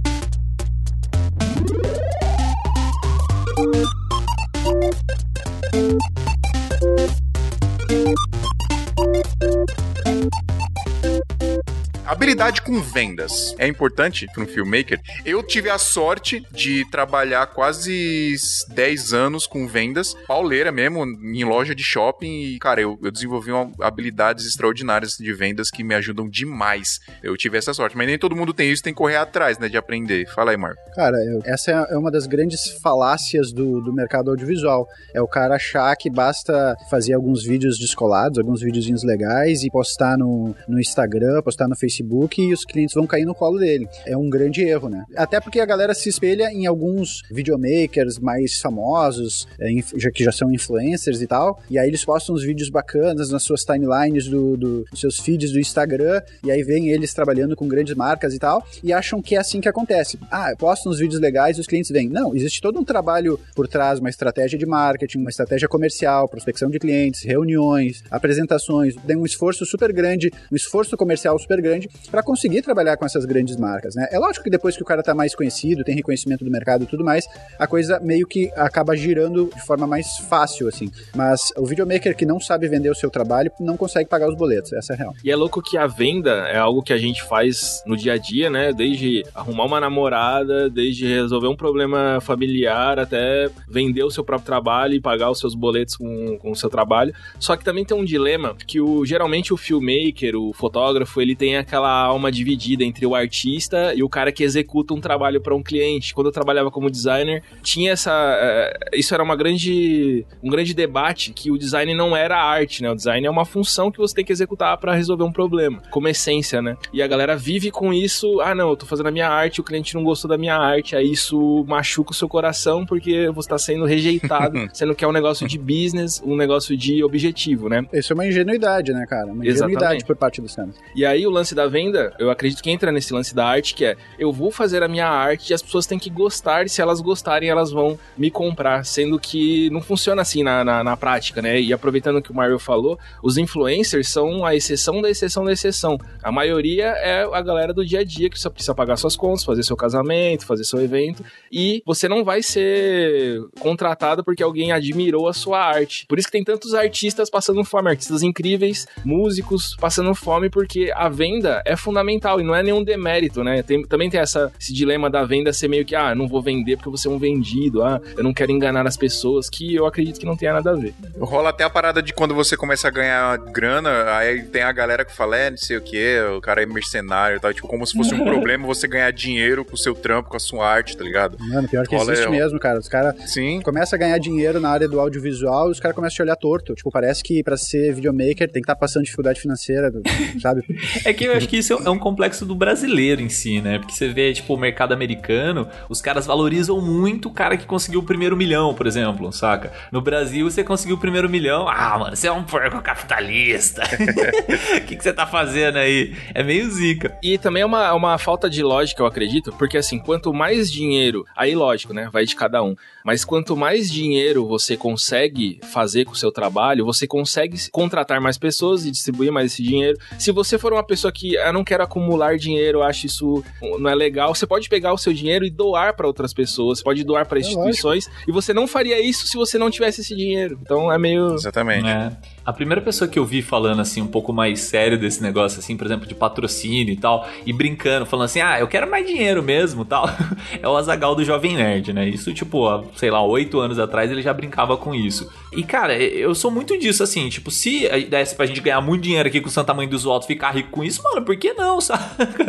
Habilidade com vendas é importante para um filmmaker. Eu tive a sorte de trabalhar quase dez anos com vendas, pauleira mesmo, em loja de shopping, e, cara, eu, eu desenvolvi uma, habilidades extraordinárias de vendas que me ajudam demais. Eu tive essa sorte, mas nem todo mundo tem isso, tem que correr atrás, né, de aprender. Fala aí, Marco. Cara, eu, essa é uma das grandes falácias do, do mercado audiovisual. É o cara achar que basta fazer alguns vídeos descolados, alguns videozinhos legais e postar no, no Instagram, postar no Facebook, e os clientes vão cair no colo dele. É um grande erro, né? Até porque a galera se espelha em alguns videomakers mais famosos, é, já, que já são influencers e tal, e aí eles postam uns vídeos bacanas nas suas timelines do, do, dos seus feeds do Instagram, e aí vem eles trabalhando com grandes marcas e tal, e acham que é assim que acontece. Ah, eu posto uns vídeos legais e os clientes vêm. Não, existe todo um trabalho por trás, uma estratégia de marketing, uma estratégia comercial, prospecção de clientes, reuniões, apresentações, tem um esforço super grande, um esforço comercial super grande para conseguir trabalhar com essas grandes marcas, né? É lógico que depois que o cara tá mais conhecido, tem reconhecimento do mercado e tudo mais, a coisa meio que acaba girando de forma mais fácil, assim. Mas o videomaker que não sabe vender o seu trabalho não consegue pagar os boletos, essa é a real. E é louco que a venda é algo que a gente faz no dia a dia, né? Desde arrumar uma namorada, desde resolver um problema familiar, até vender o seu próprio trabalho e pagar os seus boletos com, com o seu trabalho. Só que também tem um dilema que o, geralmente o filmmaker, o fotógrafo, ele tem aquela alma dividida entre o artista e o cara que executa um trabalho para um cliente. Quando eu trabalhava como designer, tinha essa... Uh, isso era uma grande, um grande debate, que o design não era arte, né? O design é uma função que você tem que executar para resolver um problema, como essência, né? E a galera vive com isso, ah, não, eu tô fazendo a minha arte, o cliente não gostou da minha arte, aí isso machuca o seu coração porque você tá sendo rejeitado, sendo que é um negócio de business, um negócio de objetivo, né? Isso é uma ingenuidade, né, cara? Uma ingenuidade Exatamente. Por parte dos caras. E aí o lance da venda, eu acredito que entra nesse lance da arte, que é, eu vou fazer a minha arte e as pessoas têm que gostar, e se elas gostarem, elas vão me comprar, sendo que não funciona assim na, na, na prática, né? E aproveitando o que o Mario falou, os influencers são a exceção da exceção da exceção. A maioria é a galera do dia a dia, que só precisa pagar suas contas, fazer seu casamento, fazer seu evento, e você não vai ser contratado porque alguém admirou a sua arte. Por isso que tem tantos artistas passando fome, artistas incríveis, músicos passando fome, porque a venda é fundamental e não é nenhum demérito, né? Tem, também tem essa, esse dilema da venda ser meio que, ah, não vou vender porque eu vou ser um vendido, ah, eu não quero enganar as pessoas, que eu acredito que não tenha nada a ver. Rola até a parada de quando você começa a ganhar grana, aí tem a galera que fala, é, não sei o que, o cara é mercenário e tal, tipo, como se fosse um problema você ganhar dinheiro com o seu trampo, com a sua arte, tá ligado? Mano, pior que Rola existe é... mesmo, cara. Os caras começam a ganhar dinheiro na área do audiovisual e os caras começam a te olhar torto. Tipo, parece que pra ser videomaker tem que estar tá passando dificuldade financeira, sabe? É que eu acho que que isso é um complexo do brasileiro em si, né? Porque você vê, tipo, o mercado americano, os caras valorizam muito o cara que conseguiu o primeiro milhão, por exemplo, saca? No Brasil, você conseguiu o primeiro milhão, ah, mano, você é um porco capitalista. O que, que você tá fazendo aí? É meio zica. E também é uma, uma falta de lógica, eu acredito, porque assim, quanto mais dinheiro, aí lógico, né, vai de cada um, mas quanto mais dinheiro você consegue fazer com o seu trabalho, você consegue contratar mais pessoas e distribuir mais esse dinheiro. Se você for uma pessoa que, eu não quero acumular dinheiro, eu acho isso não é legal, você pode pegar o seu dinheiro e doar para outras pessoas, você pode doar para instituições, é e você não faria isso se você não tivesse esse dinheiro. Então é meio... Exatamente. É. A primeira pessoa que eu vi falando assim um pouco mais sério desse negócio, assim, por exemplo, de patrocínio e tal, e brincando, falando assim, ah, eu quero mais dinheiro mesmo, tal, é o Azaghal do Jovem Nerd, né? Isso, tipo, há, sei lá, oito anos atrás ele já brincava com isso. E, cara, eu sou muito disso, assim, tipo, se desse pra gente ganhar muito dinheiro aqui com o Santa Mãe dos Altos, ficar rico com isso, mano, por que não, sabe?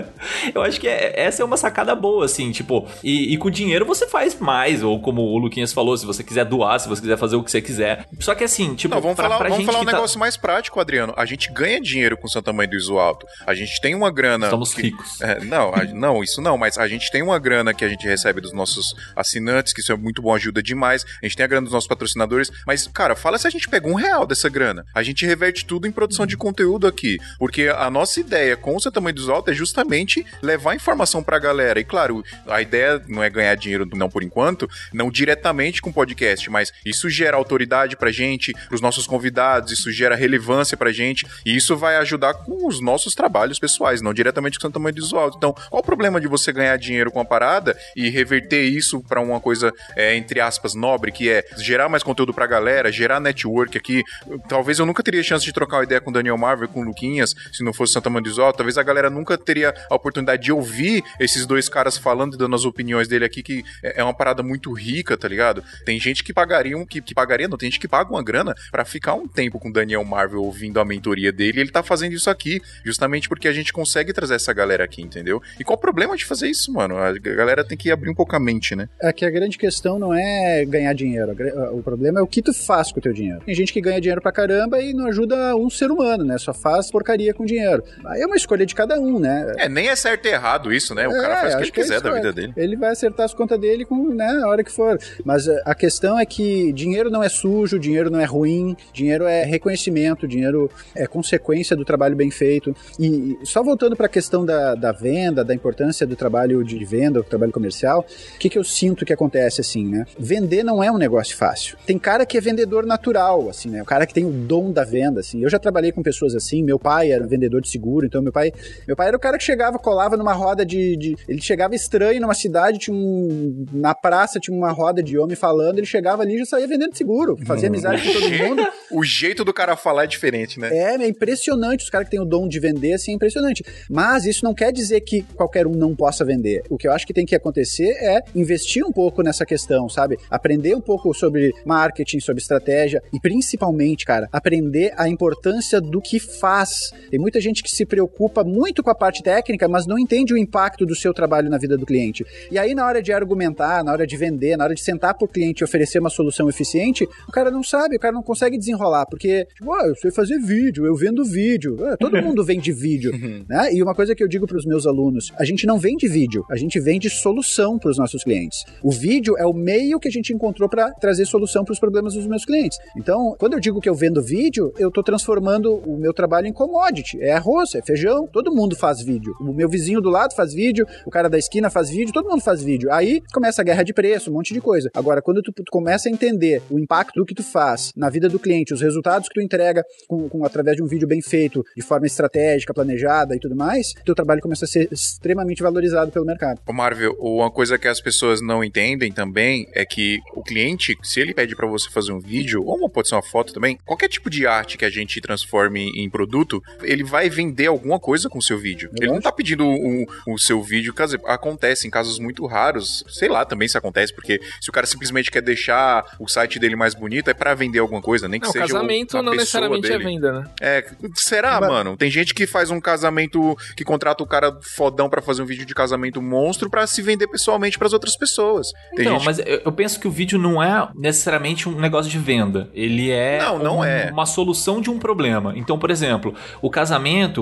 Eu acho que é, essa é uma sacada boa, assim, tipo, e, e com dinheiro você faz mais, ou como o Luquinhas falou, se você quiser doar, se você quiser fazer o que você quiser. Só que assim, tipo, não, vamos pra, falar, pra vamos gente falar um tá... negócio mais prático, Adriano. A gente ganha dinheiro com o Santa Mãe do Iso Alto. A gente tem uma grana... Estamos que, ricos. É, não, a, não, isso não, mas a gente tem uma grana que a gente recebe dos nossos assinantes, que isso é muito bom, ajuda demais. A gente tem a grana dos nossos patrocinadores, mas, cara, fala se a gente pega um real dessa grana. A gente reverte tudo em produção de conteúdo aqui, porque a nossa ideia com o Santa Mãe do Iso Alto é justamente levar informação pra galera. E, claro, a ideia não é ganhar dinheiro, não por enquanto, não diretamente com podcast, mas isso gera autoridade pra gente, pros nossos convidados, isso gera relevância pra gente, e isso vai ajudar com os nossos trabalhos pessoais, não diretamente com o Santa Mãe do Iso Alto. Então, qual o problema de você ganhar dinheiro com a parada e reverter isso pra uma coisa, é, entre aspas, nobre, que é gerar mais conteúdo pra galera, gerar network aqui? Talvez eu nunca teria chance de trocar uma ideia com o Daniel Marvel, com o Luquinhas, se não fosse Santa Mãe do Iso Alto. Talvez a galera nunca teria a oportunidade de ouvir esses dois caras falando e dando as opiniões dele aqui, que é uma parada muito rica, tá ligado? Tem gente que pagaria, um, que, que pagaria, não, tem gente que paga uma grana pra ficar um tempo com o Daniel Marvel ouvindo a mentoria dele, e ele tá fazendo isso aqui, justamente porque a gente consegue trazer essa galera aqui, entendeu? E qual o problema de fazer isso, mano? A galera tem que abrir um pouco a mente, né? É que a grande questão não é ganhar dinheiro, o problema é o que tu faz com o teu dinheiro. Tem gente que ganha dinheiro pra caramba e não ajuda um ser humano, né? Só faz porcaria com dinheiro. Aí é uma escolha de cada um, né? É, nem é certo e errado isso, né? O é, cara faz o que ele que quiser é da vida dele. Ele vai acertar as contas dele com, né, a hora que for. Mas a questão é que dinheiro não é sujo, dinheiro não é ruim, dinheiro é reconhecimento, dinheiro é consequência do trabalho bem feito. E só voltando para a questão da, da venda, da importância do trabalho de venda, do trabalho comercial, o que, que eu sinto que acontece assim, né? Vender não é um negócio fácil. Tem cara que é vendedor natural, assim, né? O cara que tem o dom da venda, assim. Eu já trabalhei com pessoas assim, meu pai era vendedor de seguro, então meu pai, meu pai era o cara que chegava, colava numa roda de, de ele chegava estranho numa cidade, tinha um, na praça tinha uma roda de homem falando, ele chegava ali e já saía vendendo seguro, fazia amizade com todo mundo. O jeito do cara falar é diferente, né? É, é impressionante, os caras que têm o dom de vender, assim, é impressionante. Mas isso não quer dizer que qualquer um não possa vender. O que eu acho que tem que acontecer é investir um pouco nessa questão, sabe? Aprender um pouco sobre marketing, sobre estratégia e principalmente, cara, aprender a importância do que faz. Tem muita gente que se preocupa muito com a parte técnica, mas não entende o impacto do seu trabalho na vida do cliente. E aí, na hora de argumentar, na hora de vender, na hora de sentar pro cliente e oferecer uma solução eficiente, o cara não sabe, o cara não consegue desenrolar, porque, tipo, ah, eu sei fazer vídeo, eu vendo vídeo, ah, todo mundo vende vídeo, né? E uma coisa que eu digo pros meus alunos, a gente não vende vídeo, a gente vende solução pros nossos clientes. O vídeo é o meio que a gente encontrou para trazer solução pros problemas dos meus clientes. Então, quando eu digo que eu vendo vídeo, eu tô transformando o meu trabalho em commodity. É arroz, é feijão, todo mundo faz vídeo. O meu vizinho do lado faz vídeo, o cara da esquina faz vídeo, todo mundo faz vídeo. Aí começa a guerra de preço, um monte de coisa. Agora, quando tu, tu começa a entender o impacto do que tu faz na vida do cliente, os resultados que tu entrega com, com, através de um vídeo bem feito, de forma estratégica, planejada e tudo mais, teu trabalho começa a ser extremamente valorizado pelo mercado. Ô Marvel, uma coisa que as pessoas não entendem também é que o cliente, se ele pede pra você fazer um vídeo, ou pode ser uma foto também, qualquer tipo de arte que a gente transforme em produto, ele vai vender alguma coisa com o seu vídeo. Eu ele acho. não tá pedindo o, o seu vídeo, caso, acontece em casos muito raros, sei lá também se acontece, porque se o cara simplesmente quer deixar o site dele mais bonito, é pra vender alguma coisa, nem que Não, seja casamento o, a não pessoa necessariamente dele. é venda, né? É, será, Mas... mano? Tem gente que faz um casamento, que contrata o cara fodão pra fazer um vídeo de casamento monstro pra se vender pessoalmente pras outras pessoas. Tem Então, gente... mas eu, eu penso que o vídeo não é necessariamente um negócio de venda. Ele é, Não, não um, é. uma solução de um problema. Então, por exemplo, o casamento, qual que é o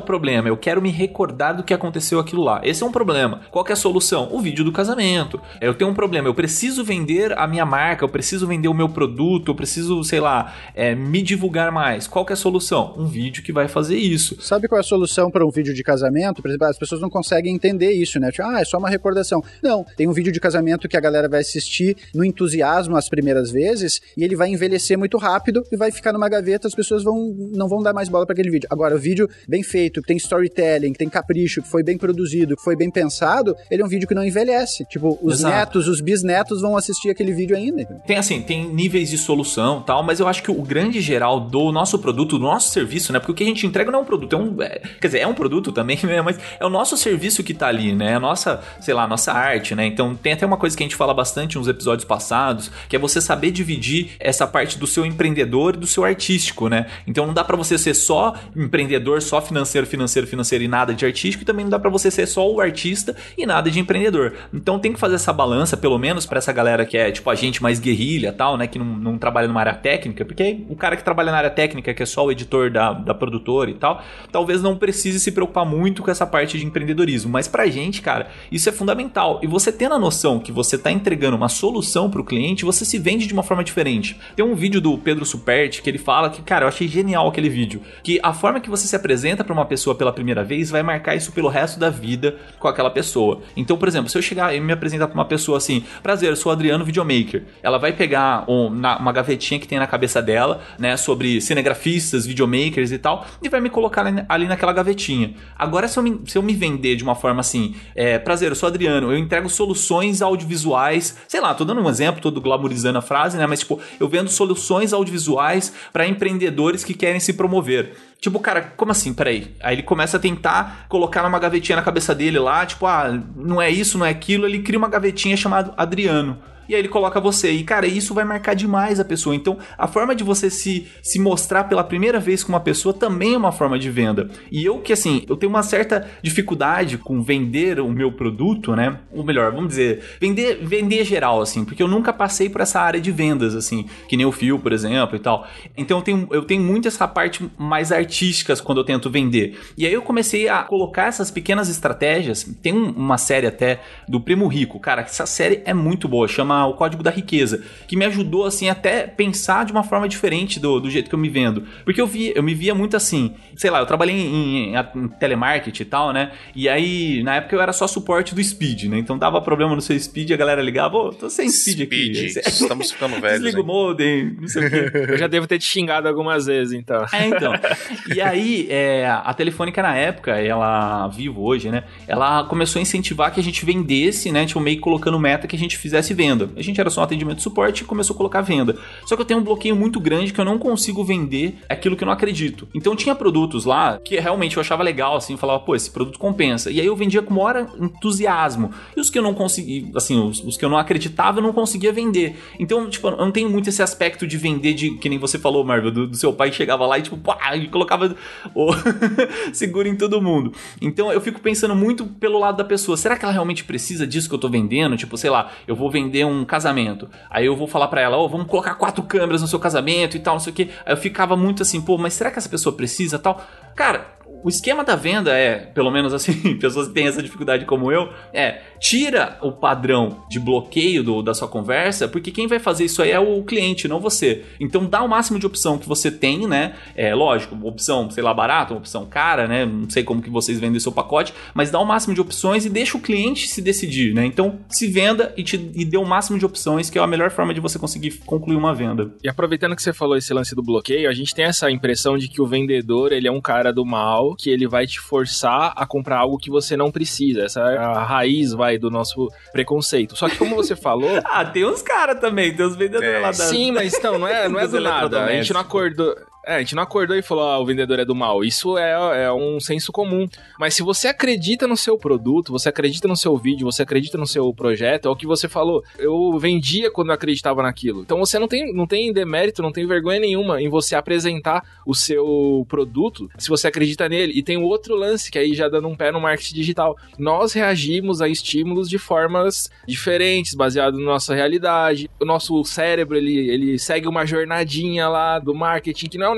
problema? Eu quero me recordar do que aconteceu aquilo lá. Esse é um problema. Qual que é a solução? O vídeo do casamento. Eu tenho um problema, eu preciso vender a minha marca, eu preciso vender o meu produto, eu preciso, sei lá, é, me divulgar mais. Qual que é a solução? Um vídeo que vai fazer isso. Sabe qual é a solução para um vídeo de casamento? Por exemplo, as pessoas não conseguem entender isso, né? Tipo, ah, é só uma recordação. Não, tem um vídeo de casamento que a galera vai assistir no entusiasmo as primeiras vezes e ele vai envelhecer muito rápido e vai ficar numa gaveta, as pessoas vão, não vão dar mais bola para aquele vídeo. Agora, o vídeo bem feito, que tem storytelling, que tem capricho, que foi bem produzido, que foi bem pensado, ele é um vídeo que não envelhece. Tipo, os Exato. netos, os bisnetos vão assistir aquele vídeo ainda. Tem assim, tem níveis de solução e tal, mas eu acho que o grande geral do nosso produto, do nosso serviço, né? Porque o que a gente entrega não é um produto, é um... É, quer dizer, é um produto também, né? Mas é o nosso serviço que tá ali, né? A nossa, sei lá, a nossa arte, né? Então tem até uma coisa que a gente fala bastante nos episódios passados, que é você saber dividir essa parte do seu empreendedor e do seu artístico, né? Então não dá pra você ser só empreendedor, só financeiro, financeiro, financeiro e nada de artístico, e também não dá pra você ser só o artista e nada de empreendedor. Então tem que fazer essa balança, pelo menos pra essa galera que é, tipo, a gente mais guerrilha, tal, né? Que não, não trabalha numa área técnica, porque o cara que trabalha na área técnica, que é só o editor da, da produtora e tal, talvez não precise se preocupar muito com essa parte de empreendedorismo. Mas pra gente, cara, isso é fundamental. E você tendo a noção que você tá entregando uma solução pro cliente, você se vende de uma forma diferente. Tem um vídeo do Pedro Superti que ele fala que, cara, eu achei genial aquele vídeo, que a forma que você se apresenta pra uma pessoa pela primeira vez vai marcar isso pelo resto da vida com aquela pessoa. Então, por exemplo, se eu chegar e me apresentar pra uma pessoa assim, prazer, eu sou Adriano Videomaker, ela vai pegar um, na, uma gavetinha que tem na cabeça dela, né, sobre cinegrafistas, videomakers e tal, e vai me colocar ali, ali naquela gavetinha. Agora, se eu me, se eu me vender de uma forma assim, é, prazer, eu sou Adriano, eu entrego soluções audiovisuais, sei lá, tô dando um exemplo, tô glamourizando a frase, né, mas tipo, eu vendo soluções audiovisuais para empreendedores que querem se promover. Tipo, cara, como assim? Peraí. Aí ele começa a tentar colocar numa gavetinha na cabeça dele lá, tipo, ah, não é isso, não é aquilo. Ele cria uma gavetinha chamada Adriano. E aí ele coloca você. E, cara, isso vai marcar demais a pessoa. Então, a forma de você se, se mostrar pela primeira vez com uma pessoa também é uma forma de venda. E eu que, assim, eu tenho uma certa dificuldade com vender o meu produto, né? Ou melhor, vamos dizer, vender, vender geral, assim. Porque eu nunca passei por essa área de vendas, assim. Que nem o Fio, por exemplo, e tal. Então, eu tenho, eu tenho muito essa parte mais artística quando eu tento vender. E aí eu comecei a colocar essas pequenas estratégias. Tem um, uma série até do Primo Rico. Cara, essa série é muito boa. Chama O Código da Riqueza, que me ajudou assim até pensar de uma forma diferente do, do jeito que eu me vendo, porque eu vi, eu me via muito assim, sei lá, eu trabalhei em, em, em telemarketing e tal, né, e aí na época eu era só suporte do Speed, né, então dava problema no seu Speed, a galera ligava, ô, oh, tô sem Speed, Speed aqui, estamos ficando velhos, desliga o modem, não sei o quê. Eu já devo ter te xingado algumas vezes, então. É, então, e aí é, a Telefônica na época, ela, Vivo hoje, né, ela começou a incentivar que a gente vendesse, né, tipo, meio que colocando meta que a gente fizesse venda. A gente era só um atendimento de suporte e começou a colocar venda. Só que eu tenho um bloqueio muito grande que eu não consigo vender aquilo que eu não acredito. Então tinha produtos lá que realmente eu achava legal, assim, eu falava, pô, esse produto compensa. E aí eu vendia com maior entusiasmo. E os que eu não consegui, assim, os, os que eu não acreditava, eu não conseguia vender. Então, tipo, eu não tenho muito esse aspecto de vender de, que nem você falou, Marvel, do, do seu pai que chegava lá e tipo, pá, e colocava o seguro em todo mundo. Então eu fico pensando muito pelo lado da pessoa. Será que ela realmente precisa disso que eu tô vendendo? Tipo, sei lá, eu vou vender um casamento. Aí eu vou falar pra ela, ó, oh, vamos colocar quatro câmeras no seu casamento e tal, não sei o que. Aí eu ficava muito assim, pô, mas será que essa pessoa precisa tal? Cara, o esquema da venda é, pelo menos assim, pessoas que têm essa dificuldade como eu, é, tira o padrão de bloqueio do, da sua conversa, porque quem vai fazer isso aí é o cliente, não você. Então dá o máximo de opção que você tem, né? É lógico, opção, sei lá, barata, uma opção cara, né? Não sei como que vocês vendem seu pacote, mas dá o máximo de opções e deixa o cliente se decidir, né? Então se venda e, te, e dê o máximo de opções, que é a melhor forma de você conseguir concluir uma venda. E aproveitando que você falou esse lance do bloqueio, a gente tem essa impressão de que o vendedor, ele é um cara do mal, que ele vai te forçar a comprar algo que você não precisa. Essa é a raiz, vai, do nosso preconceito. Só que como você falou... ah, tem uns caras também, tem uns vendedores é. lá da... Sim, mas então, não é, não é do nada. A gente não acordou... É, a gente não acordou e falou, ah, o vendedor é do mal. Isso é, é um senso comum. Mas se você acredita no seu produto, você acredita no seu vídeo, você acredita no seu projeto, é o que você falou. Eu vendia quando eu acreditava naquilo. Então você não tem, não tem demérito, não tem vergonha nenhuma em você apresentar o seu produto, se você acredita nele. E tem um outro lance, que aí já dando um pé no marketing digital. Nós reagimos a estímulos de formas diferentes, baseado na nossa realidade. O nosso cérebro, ele, ele segue uma jornadinha lá do marketing, que não é um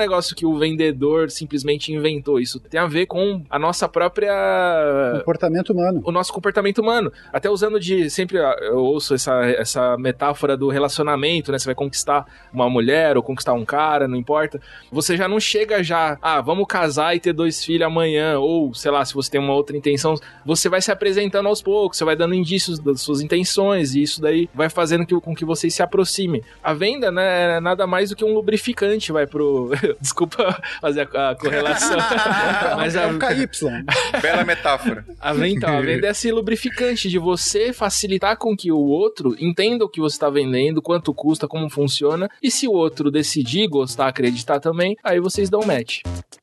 negócio que o vendedor simplesmente inventou. Isso tem a ver com a nossa própria... Comportamento humano. O nosso comportamento humano. Até usando de... Sempre eu ouço essa, essa metáfora do relacionamento, né? Você vai conquistar uma mulher ou conquistar um cara, não importa. Você já não chega já... Ah, vamos casar e ter dois filhos amanhã. Ou, sei lá, se você tem uma outra intenção, você vai se apresentando aos poucos, você vai dando indícios das suas intenções e isso daí vai fazendo que, com que vocês se aproximem. A venda, né, é nada mais do que um lubrificante, vai pro... Desculpa fazer a, a correlação. Mas a... É um K Y. Bela metáfora. A venda, então, a venda é esse lubrificante de você facilitar com que o outro entenda o que você está vendendo, quanto custa, como funciona, e se o outro decidir, gostar, acreditar também, aí vocês dão match.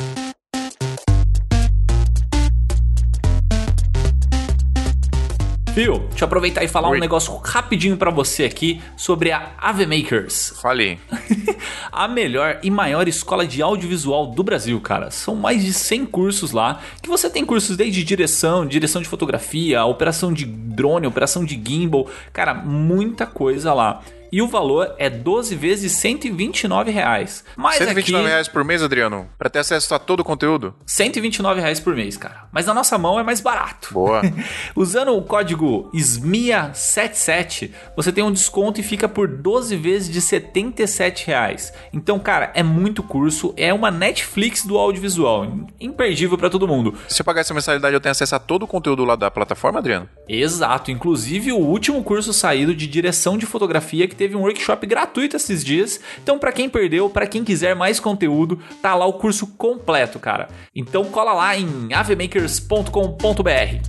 Fio, deixa eu aproveitar e falar Oi. um negócio rapidinho pra você aqui sobre a A V Makers. Falei. A melhor e maior escola de audiovisual do Brasil, cara. São mais de cem cursos lá, que você tem cursos desde direção, direção de fotografia, operação de drone, operação de gimbal, cara, muita coisa lá. E o valor é doze vezes cento e vinte e nove reais. Mas cento e vinte e nove aqui... reais por mês, Adriano? Pra ter acesso a todo o conteúdo? cento e vinte e nove reais por mês, cara. Mas na nossa mão é mais barato. Boa. Usando o código S M I A setenta e sete, você tem um desconto e fica por doze vezes de setenta e sete reais. Então, cara, é muito curso. É uma Netflix do audiovisual. Imperdível pra todo mundo. Se eu pagar essa mensalidade, eu tenho acesso a todo o conteúdo lá da plataforma, Adriano? Exato. Inclusive, o último curso saído de direção de fotografia, que teve um workshop gratuito esses dias. Então, pra quem perdeu, pra quem quiser mais conteúdo, tá lá o curso completo, cara. Então, cola lá em a v makers ponto com ponto b r.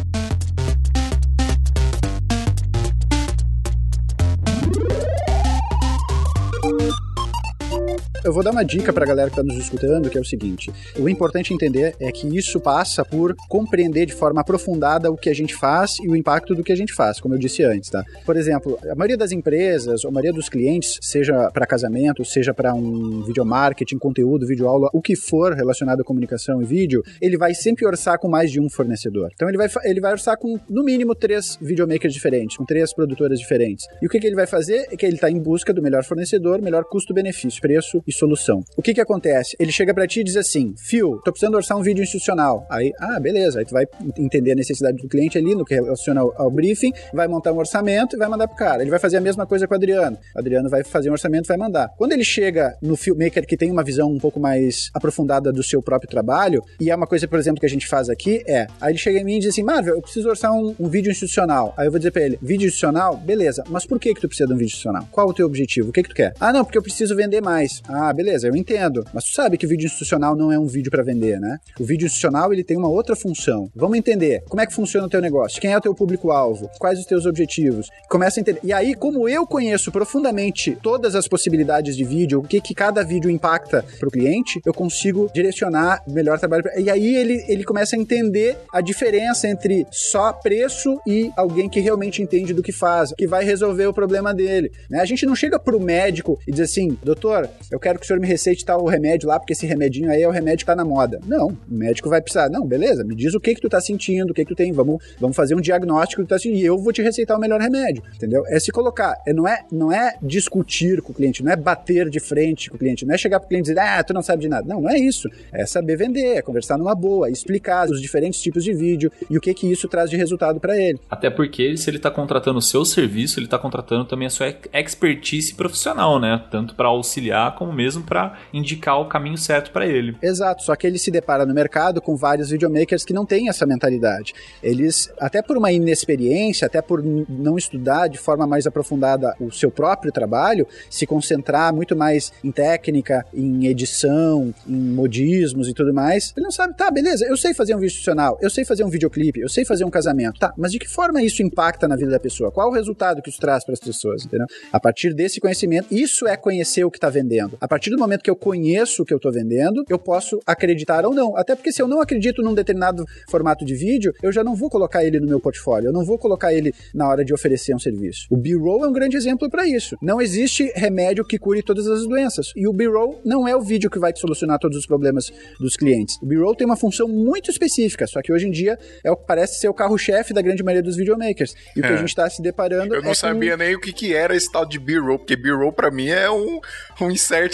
Eu vou dar uma dica pra galera que tá nos escutando, que é o seguinte: o importante entender é que isso passa por compreender de forma aprofundada o que a gente faz e o impacto do que a gente faz, como eu disse antes, tá? Por exemplo, a maioria das empresas, a maioria dos clientes, seja para casamento, seja para um videomarketing, conteúdo, videoaula, o que for relacionado à comunicação e vídeo, ele vai sempre orçar com mais de um fornecedor. Então ele vai, ele vai orçar com, no mínimo, três videomakers diferentes, com três produtoras diferentes. E o que, que ele vai fazer é que ele tá em busca do melhor fornecedor, melhor custo-benefício, preço e solução. O que que acontece? Ele chega pra ti e diz assim: Fio, tô precisando orçar um vídeo institucional. Aí, ah, beleza. Aí tu vai entender a necessidade do cliente ali, no que relaciona ao, ao briefing, vai montar um orçamento e vai mandar pro cara. Ele vai fazer a mesma coisa com o Adriano. O Adriano vai fazer um orçamento e vai mandar. Quando ele chega no filmmaker que tem uma visão um pouco mais aprofundada do seu próprio trabalho, e é uma coisa, por exemplo, que a gente faz aqui, é, aí ele chega em mim e diz assim: Marvel, eu preciso orçar um, um vídeo institucional. Aí eu vou dizer pra ele: vídeo institucional? Beleza. Mas por que que tu precisa de um vídeo institucional? Qual o teu objetivo? O que que tu quer? Ah, não, porque eu preciso vender mais. Ah, beleza, eu entendo. Mas tu sabe que o vídeo institucional não é um vídeo para vender, né? O vídeo institucional, ele tem uma outra função. Vamos entender como é que funciona o teu negócio, quem é o teu público-alvo, quais os teus objetivos. Começa a entender. E aí, como eu conheço profundamente todas as possibilidades de vídeo, o que que cada vídeo impacta pro cliente, eu consigo direcionar o melhor trabalho. Pra... E aí ele, ele começa a entender a diferença entre só preço e alguém que realmente entende do que faz, que vai resolver o problema dele, né? A gente não chega pro médico e diz assim: doutor, eu quero que o senhor me receite tal remédio lá, porque esse remedinho aí é o remédio que tá na moda. Não, o médico vai precisar, não, beleza, me diz o que que tu tá sentindo, o que que tu tem, vamos, vamos fazer um diagnóstico do que tu tá sentindo, e eu vou te receitar o melhor remédio, entendeu? É se colocar, é, não, é, não é discutir com o cliente, não é bater de frente com o cliente, não é chegar pro cliente e dizer: ah, tu não sabe de nada. Não, não é isso. É saber vender, é conversar numa boa, explicar os diferentes tipos de vídeo e o que que isso traz de resultado pra ele. Até porque, se ele tá contratando o seu serviço, ele tá contratando também a sua expertise profissional, né? Tanto pra auxiliar, como mesmo pra indicar o caminho certo para ele. Exato, só que ele se depara no mercado com vários videomakers que não têm essa mentalidade. Eles, até por uma inexperiência, até por não estudar de forma mais aprofundada o seu próprio trabalho, se concentrar muito mais em técnica, em edição, em modismos e tudo mais, ele não sabe, tá, beleza, eu sei fazer um vídeo institucional, eu sei fazer um videoclipe, eu sei fazer um casamento, tá, mas de que forma isso impacta na vida da pessoa? Qual o resultado que isso traz para as pessoas, entendeu? A partir desse conhecimento, isso é conhecer o que está vendendo. A partir do momento que eu conheço o que eu estou vendendo, eu posso acreditar ou não. Até porque se eu não acredito num determinado formato de vídeo, eu já não vou colocar ele no meu portfólio, eu não vou colocar ele na hora de oferecer um serviço. O B-roll é um grande exemplo para isso. Não existe remédio que cure todas as doenças. E o B-roll não é o vídeo que vai te solucionar todos os problemas dos clientes. O B-roll tem uma função muito específica, só que hoje em dia é o que parece ser o carro-chefe da grande maioria dos videomakers. E o que é. a gente está se deparando Eu não é sabia com... nem o que, que era esse tal de B-roll, porque B-roll pra mim é um, um insert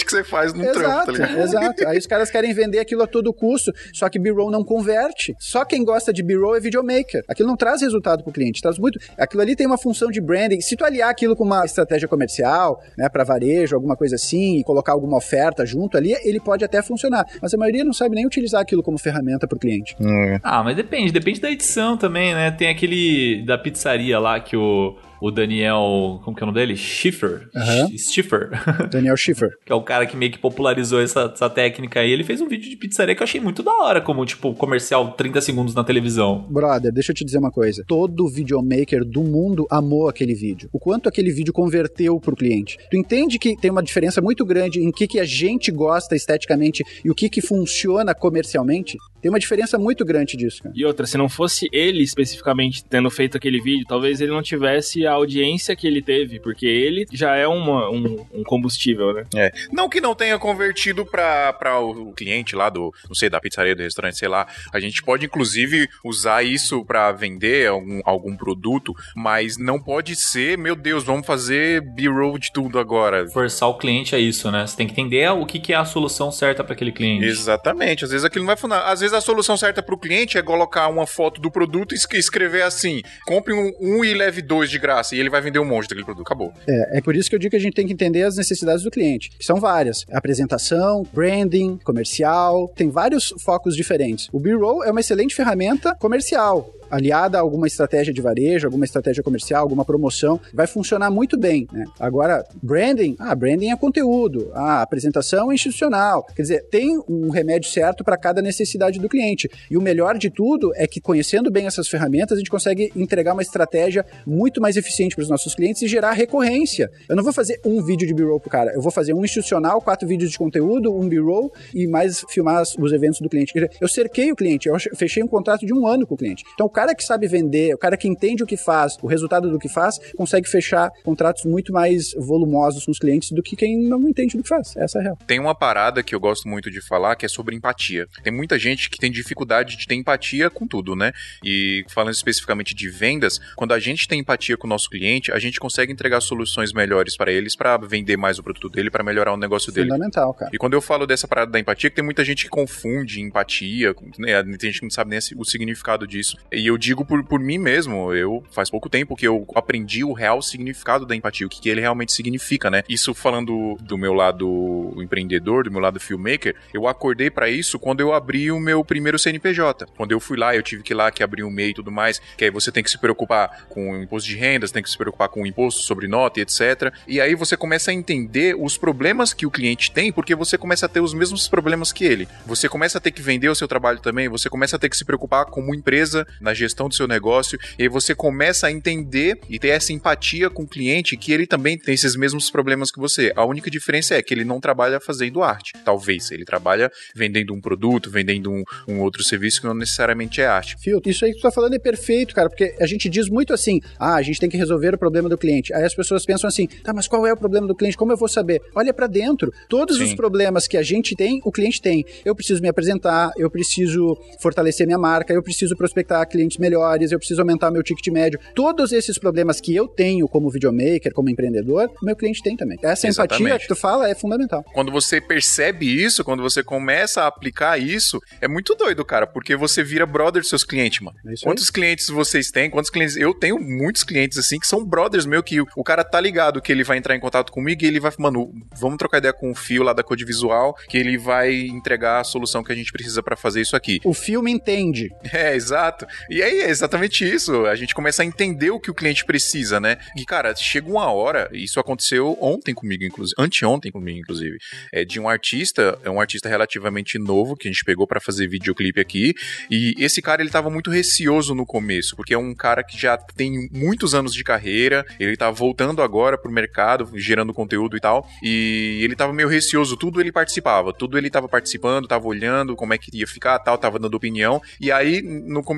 sketch que você faz num exato, trampo, tá ligado? Exato. Aí os caras querem vender aquilo a todo custo, só que B-roll não converte. Só quem gosta de B-roll é videomaker. Aquilo não traz resultado pro cliente, traz muito... Aquilo ali tem uma função de branding. Se tu aliar aquilo com uma estratégia comercial, né, pra varejo, alguma coisa assim, e colocar alguma oferta junto ali, ele pode até funcionar. Mas a maioria não sabe nem utilizar aquilo como ferramenta pro cliente. Hum. Ah, mas depende. Depende da edição também, né? Tem aquele da pizzaria lá que o... O Daniel, como que é o nome dele? Schiffer. Uhum. Schiffer. Daniel Schiffer. Que é o cara que meio que popularizou essa, essa técnica aí. Ele fez um vídeo de pizzaria que eu achei muito da hora, como, tipo, comercial trinta segundos na televisão. Brother, deixa eu te dizer uma coisa. Todo videomaker do mundo amou aquele vídeo. O quanto aquele vídeo converteu pro cliente. Tu entende que tem uma diferença muito grande em que, que a gente gosta esteticamente e o que, que funciona comercialmente? Tem uma diferença muito grande disso, cara. E outra, se não fosse ele especificamente tendo feito aquele vídeo, talvez ele não tivesse a audiência que ele teve, porque ele já é uma, um, um combustível, né? É. Não que não tenha convertido pra, pra o cliente lá do, não sei, da pizzaria, do restaurante, sei lá. A gente pode, inclusive, usar isso pra vender algum, algum produto, mas não pode ser, meu Deus, vamos fazer B-roll de tudo agora. Forçar o cliente a isso, né? Você tem que entender o que, que é a solução certa pra aquele cliente. Exatamente. Às vezes aquilo não vai funcionar. Às vezes a solução certa pro cliente é colocar uma foto do produto e escrever assim, compre um, um e leve dois de graça. E ele vai vender um monte daquele produto. Acabou. É, é por isso que eu digo que a gente tem que entender as necessidades do cliente, que são várias. Apresentação, branding, comercial, tem vários focos diferentes. O B-roll é uma excelente ferramenta comercial, aliada a alguma estratégia de varejo, alguma estratégia comercial, alguma promoção, vai funcionar muito bem, né? Agora, branding, ah, branding é conteúdo, ah, apresentação é institucional. Quer dizer, tem um remédio certo para cada necessidade do cliente. E o melhor de tudo é que, conhecendo bem essas ferramentas, a gente consegue entregar uma estratégia muito mais eficiente para os nossos clientes e gerar recorrência. Eu não vou fazer um vídeo de B-roll pro cara, eu vou fazer um institucional, quatro vídeos de conteúdo, um B-roll e mais filmar os eventos do cliente. Quer dizer, eu cerquei o cliente, eu fechei um contrato de um ano com o cliente. Então, o cara O cara que sabe vender, o cara que entende o que faz, o resultado do que faz, consegue fechar contratos muito mais volumosos com os clientes do que quem não entende do que faz. Essa é a real. Tem uma parada que eu gosto muito de falar, que é sobre empatia. Tem muita gente que tem dificuldade de ter empatia com tudo, né? E falando especificamente de vendas, quando a gente tem empatia com o nosso cliente, a gente consegue entregar soluções melhores para eles, para vender mais o produto dele, para melhorar o negócio dele. Fundamental, cara. E quando eu falo dessa parada da empatia, que tem muita gente que confunde empatia, né? Tem gente que não sabe nem o significado disso. E eu digo por, por mim mesmo, eu faz pouco tempo que eu aprendi o real significado da empatia, o que, que ele realmente significa, né? Isso falando do meu lado empreendedor, do meu lado filmmaker, eu acordei pra isso quando eu abri o meu primeiro C N P J. Quando eu fui lá, eu tive que ir lá, que abrir um M E I e tudo mais, que aí você tem que se preocupar com o imposto de renda, você tem que se preocupar com o imposto sobre nota e etcétera. E aí você começa a entender os problemas que o cliente tem, porque você começa a ter os mesmos problemas que ele. Você começa a ter que vender o seu trabalho também, você começa a ter que se preocupar como empresa na gestão do seu negócio, e aí você começa a entender e ter essa empatia com o cliente, que ele também tem esses mesmos problemas que você. A única diferença é que ele não trabalha fazendo arte. Talvez, ele trabalha vendendo um produto, vendendo um, um outro serviço que não necessariamente é arte. Filtro, isso aí que tu tá falando é perfeito, cara, porque a gente diz muito assim, ah, a gente tem que resolver o problema do cliente. Aí as pessoas pensam assim, tá, mas qual é o problema do cliente? Como eu vou saber? Olha pra dentro. Todos Sim. os problemas que a gente tem, o cliente tem. Eu preciso me apresentar, eu preciso fortalecer minha marca, eu preciso prospectar clientes melhores, eu preciso aumentar meu ticket médio. Todos esses problemas que eu tenho como videomaker, como empreendedor, o meu cliente tem também. Essa Exatamente. Empatia que tu fala é fundamental. Quando você percebe isso, quando você começa a aplicar isso, é muito doido, cara, porque você vira brother dos seus clientes, mano. É Quantos aí? clientes vocês têm? Quantos clientes? Eu tenho muitos clientes assim que são brothers meu, que o cara tá ligado que ele vai entrar em contato comigo e ele vai, mano, vamos trocar ideia com o Fio lá da Code Visual, que ele vai entregar a solução que a gente precisa pra fazer isso aqui. O Fio me entende. É, exato. E aí é exatamente isso. A gente começa a entender o que o cliente precisa, né? E, cara, chega uma hora, isso aconteceu ontem comigo, inclusive, anteontem comigo, inclusive, é de um artista, é um artista relativamente novo, que a gente pegou pra fazer videoclipe aqui, e esse cara, ele tava muito receoso no começo, porque é um cara que já tem muitos anos de carreira, ele tá voltando agora pro mercado, gerando conteúdo e tal, e ele tava meio receoso, tudo ele participava, tudo ele tava participando, tava olhando como é que ia ficar, tal, tava dando opinião, e aí, no começo da semana,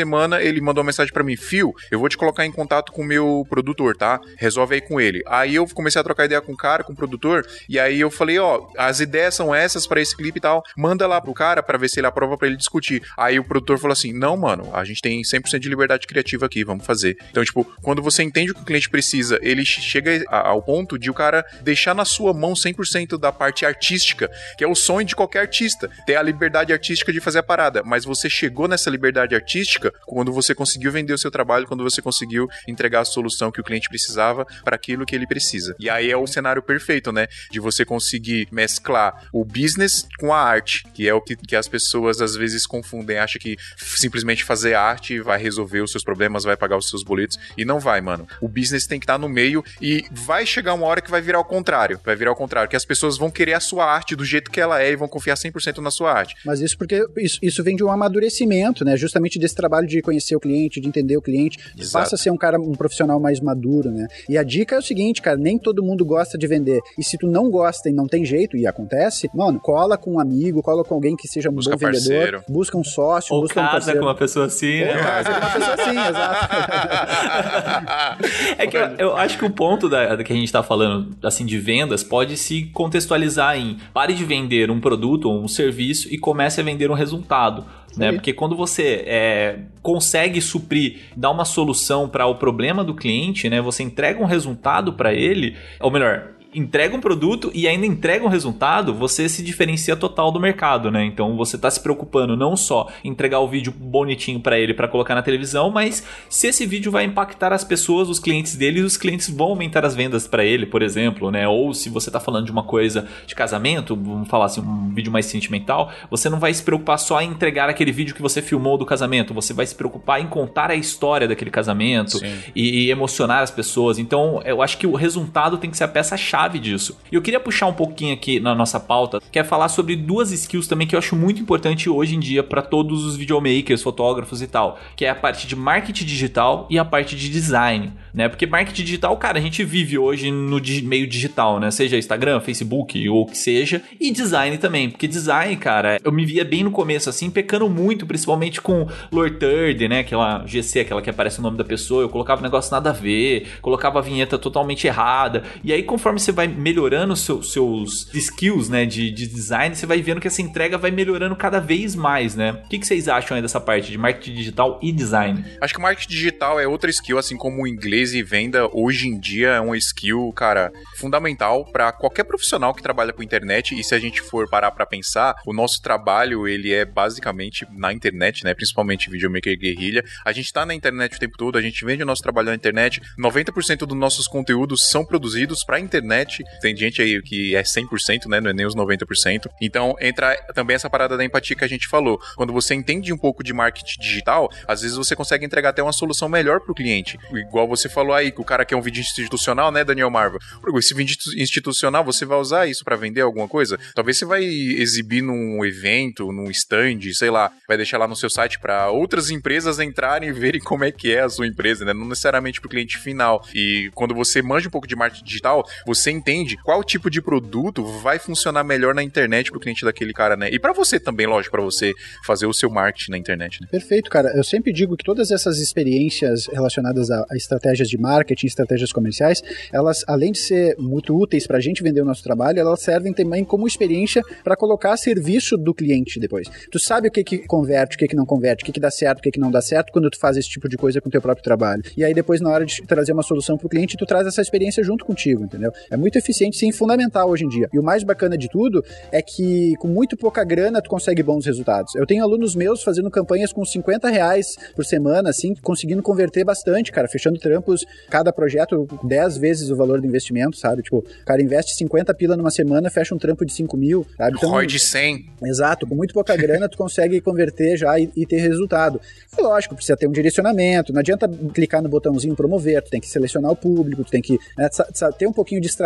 semana ele mandou uma mensagem pra mim, Fio, eu vou te colocar em contato com o meu produtor, tá? Resolve aí com ele. Aí eu comecei a trocar ideia com o cara, com o produtor, e aí eu falei, ó, as ideias são essas pra esse clipe e tal, manda lá pro cara pra ver se ele aprova pra ele discutir. Aí o produtor falou assim, não, mano, a gente tem cem por cento de liberdade criativa aqui, vamos fazer. Então, tipo, quando você entende o que o cliente precisa, ele chega ao ponto de o cara deixar na sua mão cem por cento da parte artística, que é o sonho de qualquer artista, ter a liberdade artística de fazer a parada, mas você chegou nessa liberdade artística quando você conseguiu vender o seu trabalho, quando você conseguiu entregar a solução que o cliente precisava para aquilo que ele precisa. E aí é o cenário perfeito, né? De você conseguir mesclar o business com a arte, que é o que, que as pessoas às vezes confundem, acham que simplesmente fazer arte vai resolver os seus problemas, vai pagar os seus boletos, e não vai, mano. O business tem que estar no meio e vai chegar uma hora que vai virar o contrário, vai virar o contrário, que as pessoas vão querer a sua arte do jeito que ela é e vão confiar cem por cento na sua arte. Mas isso porque isso, isso vem de um amadurecimento, né? Justamente desse trabalho de conhecer o cliente, de entender o cliente, passa a ser um cara, um profissional mais maduro, né? E a dica é o seguinte, cara, nem todo mundo gosta de vender. E se tu não gosta e não tem jeito, e acontece, mano, cola com um amigo, cola com alguém que seja um busca bom vendedor, parceiro. Busca um sócio, ou busca um casa parceiro. com uma pessoa assim, Ou né? casa com uma pessoa assim, exato. É que eu, eu acho que o ponto da, da que a gente tá falando, assim, de vendas, pode se contextualizar em pare de vender um produto ou um serviço e comece a vender um resultado. Né? Porque quando você é, consegue suprir, dar uma solução para o problema do cliente, né? Você entrega um resultado para ele, ou melhor, entrega um produto e ainda entrega um resultado, você se diferencia total do mercado, né? Então você está se preocupando não só em entregar o vídeo bonitinho para ele para colocar na televisão, mas se esse vídeo vai impactar as pessoas, os clientes dele, os clientes vão aumentar as vendas para ele, por exemplo, né? Ou se você está falando de uma coisa de casamento, vamos falar assim, um vídeo mais sentimental, você não vai se preocupar só em entregar aquele vídeo que você filmou do casamento, você vai se preocupar em contar a história daquele casamento e, e emocionar as pessoas. Então eu acho que o resultado tem que ser a peça-chave disso. E eu queria puxar um pouquinho aqui na nossa pauta, que é falar sobre duas skills também que eu acho muito importante hoje em dia para todos os videomakers, fotógrafos e tal, que é a parte de marketing digital e a parte de design, né? Porque marketing digital, cara, a gente vive hoje no meio digital, né? Seja Instagram, Facebook ou o que seja, e design também, porque design, cara, eu me via bem no começo assim, pecando muito, principalmente com Lord Third, né? Aquela G C, aquela que aparece o nome da pessoa, eu colocava um negócio nada a ver, colocava a vinheta totalmente errada, e aí conforme você vai melhorando os seu, seus skills, né, de, de design, você vai vendo que essa entrega vai melhorando cada vez mais, né? O que, que vocês acham aí dessa parte de marketing digital e design? Acho que o marketing digital é outra skill, assim como o inglês e venda, hoje em dia é uma skill, cara, fundamental para qualquer profissional que trabalha com internet. E se a gente for parar para pensar, o nosso trabalho, ele é basicamente na internet, né, principalmente videomaker guerrilha. A gente tá na internet o tempo todo, a gente vende o nosso trabalho na internet, noventa por cento dos nossos conteúdos são produzidos pra internet. Tem gente aí que é cem por cento, né? Não é nem os noventa por cento. Então, entra também essa parada da empatia que a gente falou. Quando você entende um pouco de marketing digital, às vezes você consegue entregar até uma solução melhor pro cliente. Igual você falou aí, que o cara quer um vídeo institucional, né, Daniel Marvel? Esse vídeo institucional, você vai usar isso pra vender alguma coisa? Talvez você vai exibir num evento, num stand, sei lá, vai deixar lá no seu site pra outras empresas entrarem e verem como é que é a sua empresa, né? Não necessariamente pro cliente final. E quando você manja um pouco de marketing digital, você entende qual tipo de produto vai funcionar melhor na internet pro cliente daquele cara, né? E pra você também, lógico, pra você fazer o seu marketing na internet, né? Perfeito, cara. Eu sempre digo que todas essas experiências relacionadas a, a estratégias de marketing, estratégias comerciais, elas, além de ser muito úteis pra gente vender o nosso trabalho, elas servem também como experiência pra colocar a serviço do cliente depois. Tu sabe o que que converte, o que que não converte, o que que dá certo, o que que não dá certo quando tu faz esse tipo de coisa com o teu próprio trabalho. E aí depois, na hora de trazer uma solução pro cliente, tu traz essa experiência junto contigo, entendeu? É muito eficiente, sim, fundamental hoje em dia. E o mais bacana de tudo é que com muito pouca grana tu consegue bons resultados. Eu tenho alunos meus fazendo campanhas com cinquenta reais por semana, assim, conseguindo converter bastante, cara, fechando trampos, cada projeto dez vezes o valor do investimento, sabe? Tipo, o cara investe cinquenta pila numa semana, fecha um trampo de cinco mil, sabe? Então, R O I de cem. Exato, com muito pouca grana tu consegue converter já e, e ter resultado. É lógico, precisa ter um direcionamento, não adianta clicar no botãozinho promover, tu tem que selecionar o público, tu tem que, né, ter um pouquinho de estratégia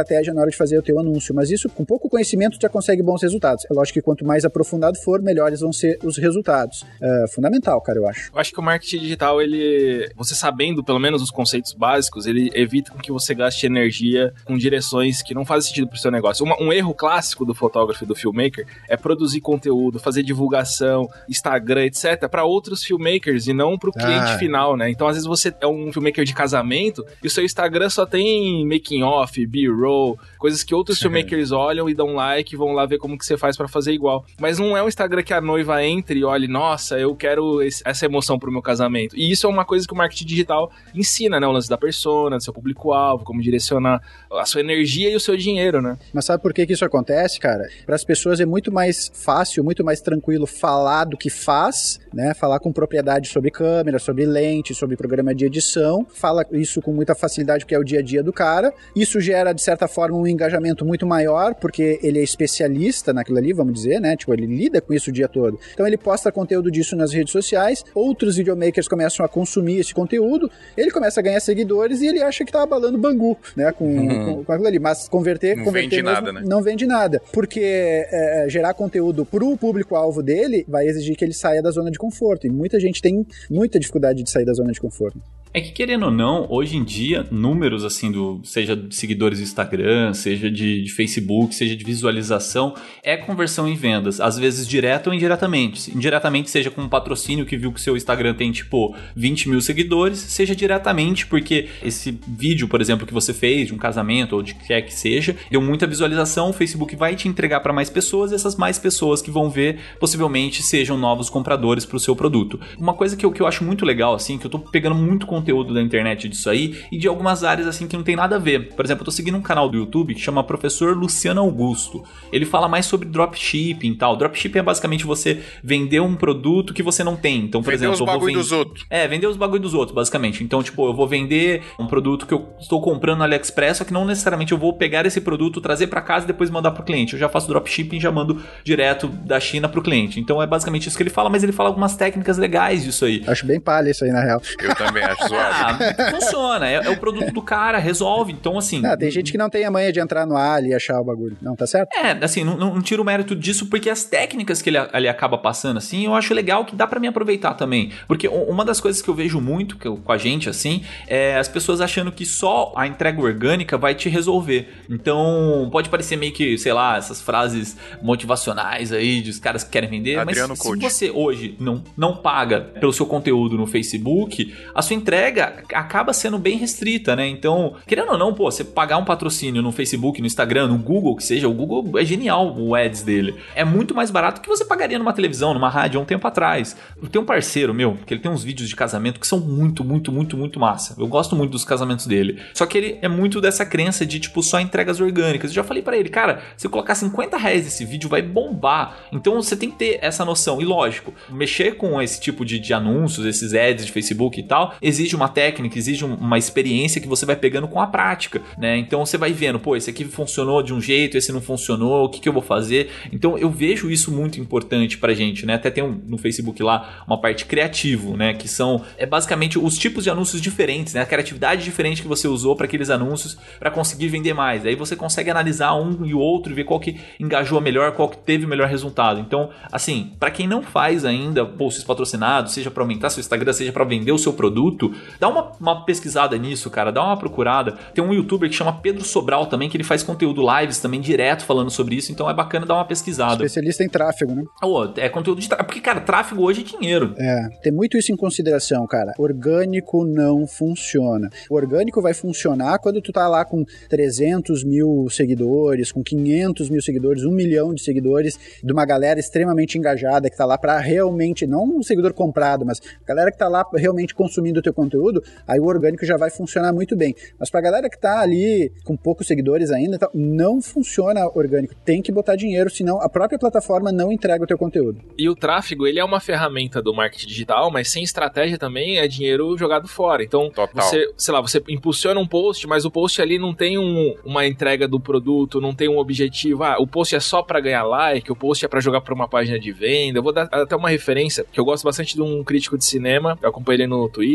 estratégia na hora de fazer o teu anúncio, mas isso, com pouco conhecimento, tu já consegue bons resultados. É lógico que quanto mais aprofundado for, melhores vão ser os resultados. É fundamental, cara, eu acho. Eu acho que o marketing digital, ele, você sabendo pelo menos os conceitos básicos, ele evita com que você gaste energia com direções que não fazem sentido pro seu negócio. Uma, um erro clássico do fotógrafo e do filmmaker é produzir conteúdo, fazer divulgação, Instagram, etcétera, para outros filmmakers e não pro cliente ah. final, né? Então, às vezes você é um filmmaker de casamento e o seu Instagram só tem making off, B-roll, coisas que outros Sim. filmmakers olham e dão like e vão lá ver como que você faz pra fazer igual. Mas não é um Instagram que a noiva entre e olhe, nossa, eu quero esse, essa emoção pro meu casamento. E isso é uma coisa que o marketing digital ensina, né? O lance da persona, do seu público-alvo, como direcionar a sua energia e o seu dinheiro, né? Mas sabe por que que isso acontece, cara? Para as pessoas é muito mais fácil, muito mais tranquilo falar do que faz, né? Falar com propriedade sobre câmera, sobre lente, sobre programa de edição. Fala isso com muita facilidade porque é o dia a dia do cara. Isso gera, de certa forma, um engajamento muito maior porque ele é especialista naquilo ali, vamos dizer, né? Tipo, ele lida com isso o dia todo. Então ele posta conteúdo disso nas redes sociais, outros videomakers começam a consumir esse conteúdo, ele começa a ganhar seguidores e ele acha que tá abalando Bangu, né? Com, uhum. com, com aquilo ali. Mas converter, não converter vende mesmo, nada, né? Não vende nada. Porque é, gerar conteúdo pro público-alvo dele vai exigir que ele saia da zona de conforto. E muita gente tem muita dificuldade de sair da zona de conforto. É que, querendo ou não, hoje em dia, números assim, do, seja de seguidores do Instagram, seja de, de Facebook, seja de visualização, é conversão em vendas, às vezes direta ou indiretamente. Indiretamente, seja com um patrocínio que viu que o seu Instagram tem, tipo, vinte mil seguidores, seja diretamente porque esse vídeo, por exemplo, que você fez de um casamento ou de que quer que seja, deu muita visualização, o Facebook vai te entregar para mais pessoas e essas mais pessoas que vão ver, possivelmente, sejam novos compradores para o seu produto. Uma coisa que eu, que eu acho muito legal, assim, que eu tô pegando muito conteúdo conteúdo da internet disso aí e de algumas áreas assim que não tem nada a ver. Por exemplo, eu tô seguindo um canal do YouTube que chama Professor Luciano Augusto. Ele fala mais sobre dropshipping e tal. Dropshipping é basicamente você vender um produto que você não tem. Então, por vender exemplo, os bagulho dos outros. É, vender os bagulho dos outros, basicamente. Então, tipo, eu vou vender um produto que eu estou comprando no AliExpress, só que não necessariamente eu vou pegar esse produto, trazer para casa e depois mandar pro cliente. Eu já faço dropshipping e já mando direto da China pro cliente. Então, é basicamente isso que ele fala, mas ele fala algumas técnicas legais disso aí. Acho bem palha isso aí, na real. Eu também acho. Ah, funciona, é, é o produto do cara, resolve, então assim... Ah, tem gente que não tem a manha de entrar no Ali e achar o bagulho, não, tá certo? É, assim, não, não tiro o mérito disso, porque as técnicas que ele, ele acaba passando, assim, eu acho legal que dá pra me aproveitar também, porque uma das coisas que eu vejo muito que eu, com a gente, assim, é as pessoas achando que só a entrega orgânica vai te resolver, então pode parecer meio que, sei lá, essas frases motivacionais aí, dos caras que querem vender, Adriano mas Coach. se você hoje não, não paga pelo seu conteúdo no Facebook, a sua entrega acaba sendo bem restrita, né? Então, querendo ou não, pô, você pagar um patrocínio no Facebook, no Instagram, no Google, que seja, o Google é genial, o ads dele. É muito mais barato que você pagaria numa televisão, numa rádio, há um tempo atrás. Eu tenho um parceiro meu, que ele tem uns vídeos de casamento que são muito, muito, muito, muito massa. Eu gosto muito dos casamentos dele. Só que ele é muito dessa crença de, tipo, só entregas orgânicas. Eu já falei pra ele, cara, se eu colocar cinquenta reais nesse vídeo, vai bombar. Então, você tem que ter essa noção. E lógico, mexer com esse tipo de, de anúncios, esses ads de Facebook e tal, exige uma técnica, exige uma experiência que você vai pegando com a prática, né? Então você vai vendo, pô, esse aqui funcionou de um jeito, esse não funcionou, o que, que eu vou fazer? Então eu vejo isso muito importante pra gente, né? Até tem um, no Facebook lá uma parte criativo, né? Que são, é basicamente os tipos de anúncios diferentes, né? A criatividade diferente que você usou para aqueles anúncios para conseguir vender mais. Aí você consegue analisar um e o outro e ver qual que engajou melhor, qual que teve o melhor resultado. Então, assim, para quem não faz ainda posts patrocinados, seja para aumentar seu Instagram, seja para vender o seu produto, dá uma, uma pesquisada nisso, cara, dá uma procurada. Tem um youtuber que chama Pedro Sobral também, que ele faz conteúdo lives também direto falando sobre isso, então é bacana dar uma pesquisada. Especialista em tráfego, né? Oh, é conteúdo de tráfego, porque, cara, tráfego hoje é dinheiro. É, tem muito isso em consideração, cara. Orgânico não funciona. O orgânico vai funcionar quando tu tá lá com trezentos mil seguidores, com quinhentos mil seguidores, um milhão de seguidores, de uma galera extremamente engajada que tá lá pra realmente, não um seguidor comprado, mas a galera que tá lá realmente consumindo o teu conteúdo, aí o orgânico já vai funcionar muito bem. Mas pra galera que tá ali com poucos seguidores ainda, não funciona orgânico. Tem que botar dinheiro, senão a própria plataforma não entrega o teu conteúdo. E o tráfego, ele é uma ferramenta do marketing digital, mas sem estratégia também é dinheiro jogado fora. Então, Total. você, sei lá, você impulsiona um post, mas o post ali não tem um, uma entrega do produto, não tem um objetivo. Ah, o post é só pra ganhar like, o post é pra jogar pra uma página de venda. Eu vou dar até uma referência, que eu gosto bastante de um crítico de cinema, eu acompanho ele no Twitter, os vídeos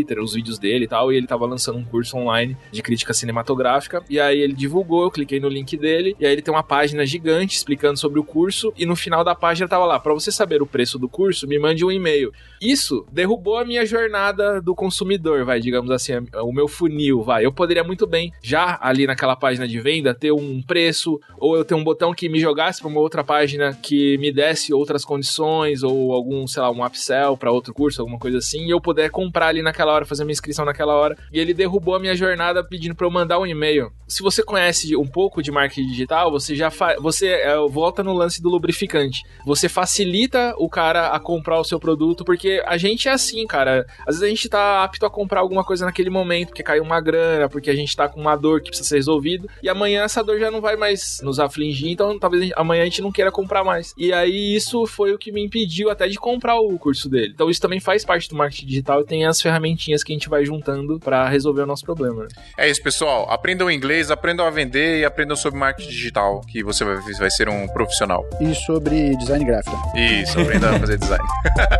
vídeos dele e tal, e ele tava lançando um curso online de crítica cinematográfica, e aí ele divulgou, eu cliquei no link dele, e aí ele tem uma página gigante explicando sobre o curso, e no final da página tava lá, pra você saber o preço do curso, me mande um e-mail. Isso derrubou a minha jornada do consumidor, vai, digamos assim, o meu funil, vai. Eu poderia muito bem, já ali naquela página de venda, ter um preço, ou eu ter um botão que me jogasse pra uma outra página que me desse outras condições, ou algum, sei lá, um upsell pra outro curso, alguma coisa assim, e eu puder comprar ali naquela hora, fazer minha inscrição naquela hora. E ele derrubou a minha jornada pedindo pra eu mandar um e-mail. Se você conhece um pouco de marketing digital, você já fa... você é, volta no lance do lubrificante. Você facilita o cara a comprar o seu produto, porque a gente é assim, cara. Às vezes a gente tá apto a comprar alguma coisa naquele momento, porque caiu uma grana, porque a gente tá com uma dor que precisa ser resolvida, e amanhã essa dor já não vai mais nos afligir, então talvez amanhã a gente não queira comprar mais. E aí isso foi o que me impediu até de comprar o curso dele. Então isso também faz parte do marketing digital e tem as ferramentinhas que a gente vai juntando pra resolver o nosso problema, né? É isso, pessoal. Aprendam inglês, aprendam a vender e aprendam sobre marketing digital, que você vai, vai ser um profissional. E sobre design gráfico. Isso, aprenda a fazer design.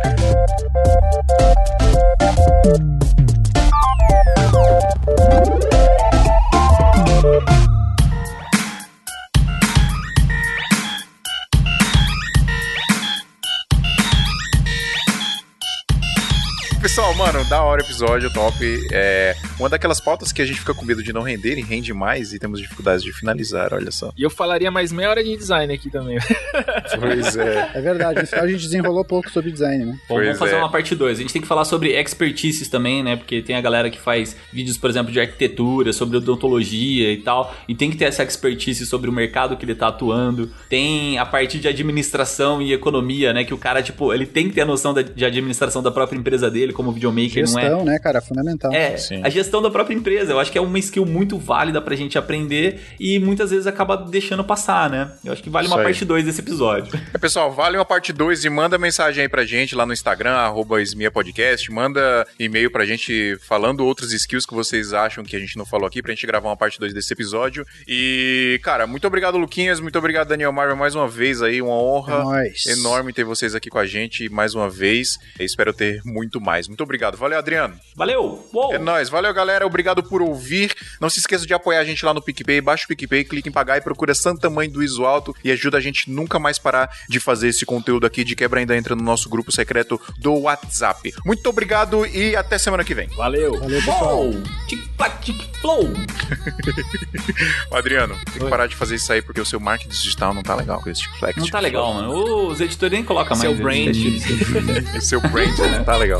Pessoal, mano, da hora o episódio, top. É uma daquelas pautas que a gente fica com medo de não render e rende mais e temos dificuldades de finalizar, olha só. E eu falaria mais meia hora de design aqui também. Pois é. É verdade, no final a gente desenrolou pouco sobre design, né? Bom, Pois vamos fazer é. uma parte dois. A gente tem que falar sobre expertices também, né? Porque tem a galera que faz vídeos, por exemplo, de arquitetura, sobre odontologia e tal. E tem que ter essa expertise sobre o mercado que ele tá atuando. Tem a parte de administração e economia, né? Que o cara, tipo, ele tem que ter a noção da- de administração da própria empresa dele, como videomaker, não é? Gestão, né, cara? Fundamental. É, Sim. a gestão da própria empresa. Eu acho que é uma skill muito válida pra gente aprender e muitas vezes acaba deixando passar, né? Eu acho que vale Isso uma aí. parte dois desse episódio. É, pessoal, vale uma parte dois e manda mensagem aí pra gente lá no Instagram, arroba Esmia Podcast, manda e-mail pra gente falando outros skills que vocês acham que a gente não falou aqui pra gente gravar uma parte dois desse episódio. E, cara, muito obrigado, Luquinhas, muito obrigado, Daniel Marvel, mais uma vez aí, uma honra É nóis. enorme ter vocês aqui com a gente mais uma vez. Eu espero ter muito mais. Muito obrigado. Valeu, Adriano. Valeu! Uou! É nóis. Valeu, galera. Obrigado por ouvir. Não se esqueça de apoiar a gente lá no PicPay. Baixa o PicPay, clica em pagar e procura Santa Mãe do Iso Alto e ajuda a gente nunca mais parar de fazer esse conteúdo aqui. De quebra ainda entra no nosso grupo secreto do WhatsApp. Muito obrigado e até semana que vem. Valeu! Valeu, pessoal. Uou! Tic-tac, tic-flow! Adriano, tem que Oi. parar de fazer isso aí porque o seu marketing digital não tá legal com esse tipo flex. Não tá legal, mano. Os editores nem colocam mais. Seu esse brand. estilo. O seu brand não tá legal.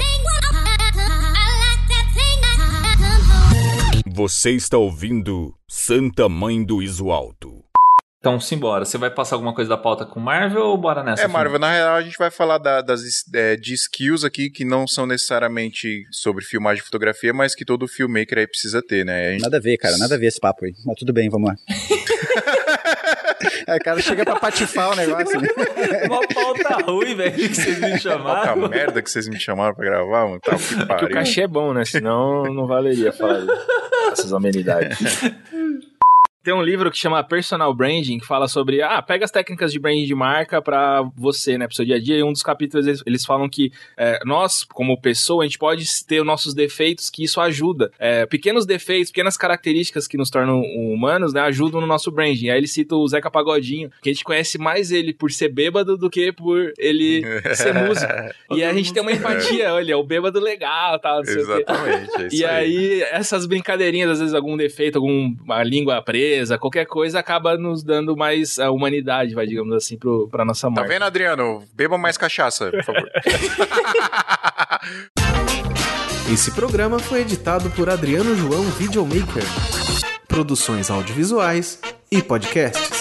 Você está ouvindo Santa Mãe do Iso Alto. Então, simbora. Você vai passar alguma coisa da pauta com Marvel ou bora nessa? É, Fim? Marvel, na real a gente vai falar da- das, é, de skills aqui que não são necessariamente sobre filmagem e fotografia, mas que todo filmmaker aí precisa ter, né? A gente... Nada a ver, cara, nada a ver esse papo aí. Mas tudo bem, vamos lá. É, o cara chega pra patifar o negócio, né? Uma pauta ruim, velho, que vocês me Puta chamaram. merda que vocês me chamaram pra gravar, mano. Tá, que Que o pariu. cachê é bom, né? Senão não valeria falar essas amenidades. Tem um livro que chama Personal Branding, que fala sobre, ah, pega as técnicas de branding de marca pra você, né, pro seu dia a dia, e um dos capítulos eles, eles falam que é, nós, como pessoa, a gente pode ter os nossos defeitos, que isso ajuda. É, pequenos defeitos, pequenas características que nos tornam humanos, né, ajudam no nosso branding. Aí ele cita o Zeca Pagodinho, que a gente conhece mais ele por ser bêbado do que por ele ser músico. E a gente tem uma empatia, olha, o bêbado legal, tal, não sei o quê. Exatamente, é isso E aí. aí, essas brincadeirinhas, às vezes algum defeito, alguma língua presa, qualquer coisa, acaba nos dando mais a humanidade, vai, digamos assim, pro, pra nossa Tá marca. vendo, Adriano? Beba mais cachaça, por favor. Esse programa foi editado por Adriano João Videomaker. Produções audiovisuais e podcasts.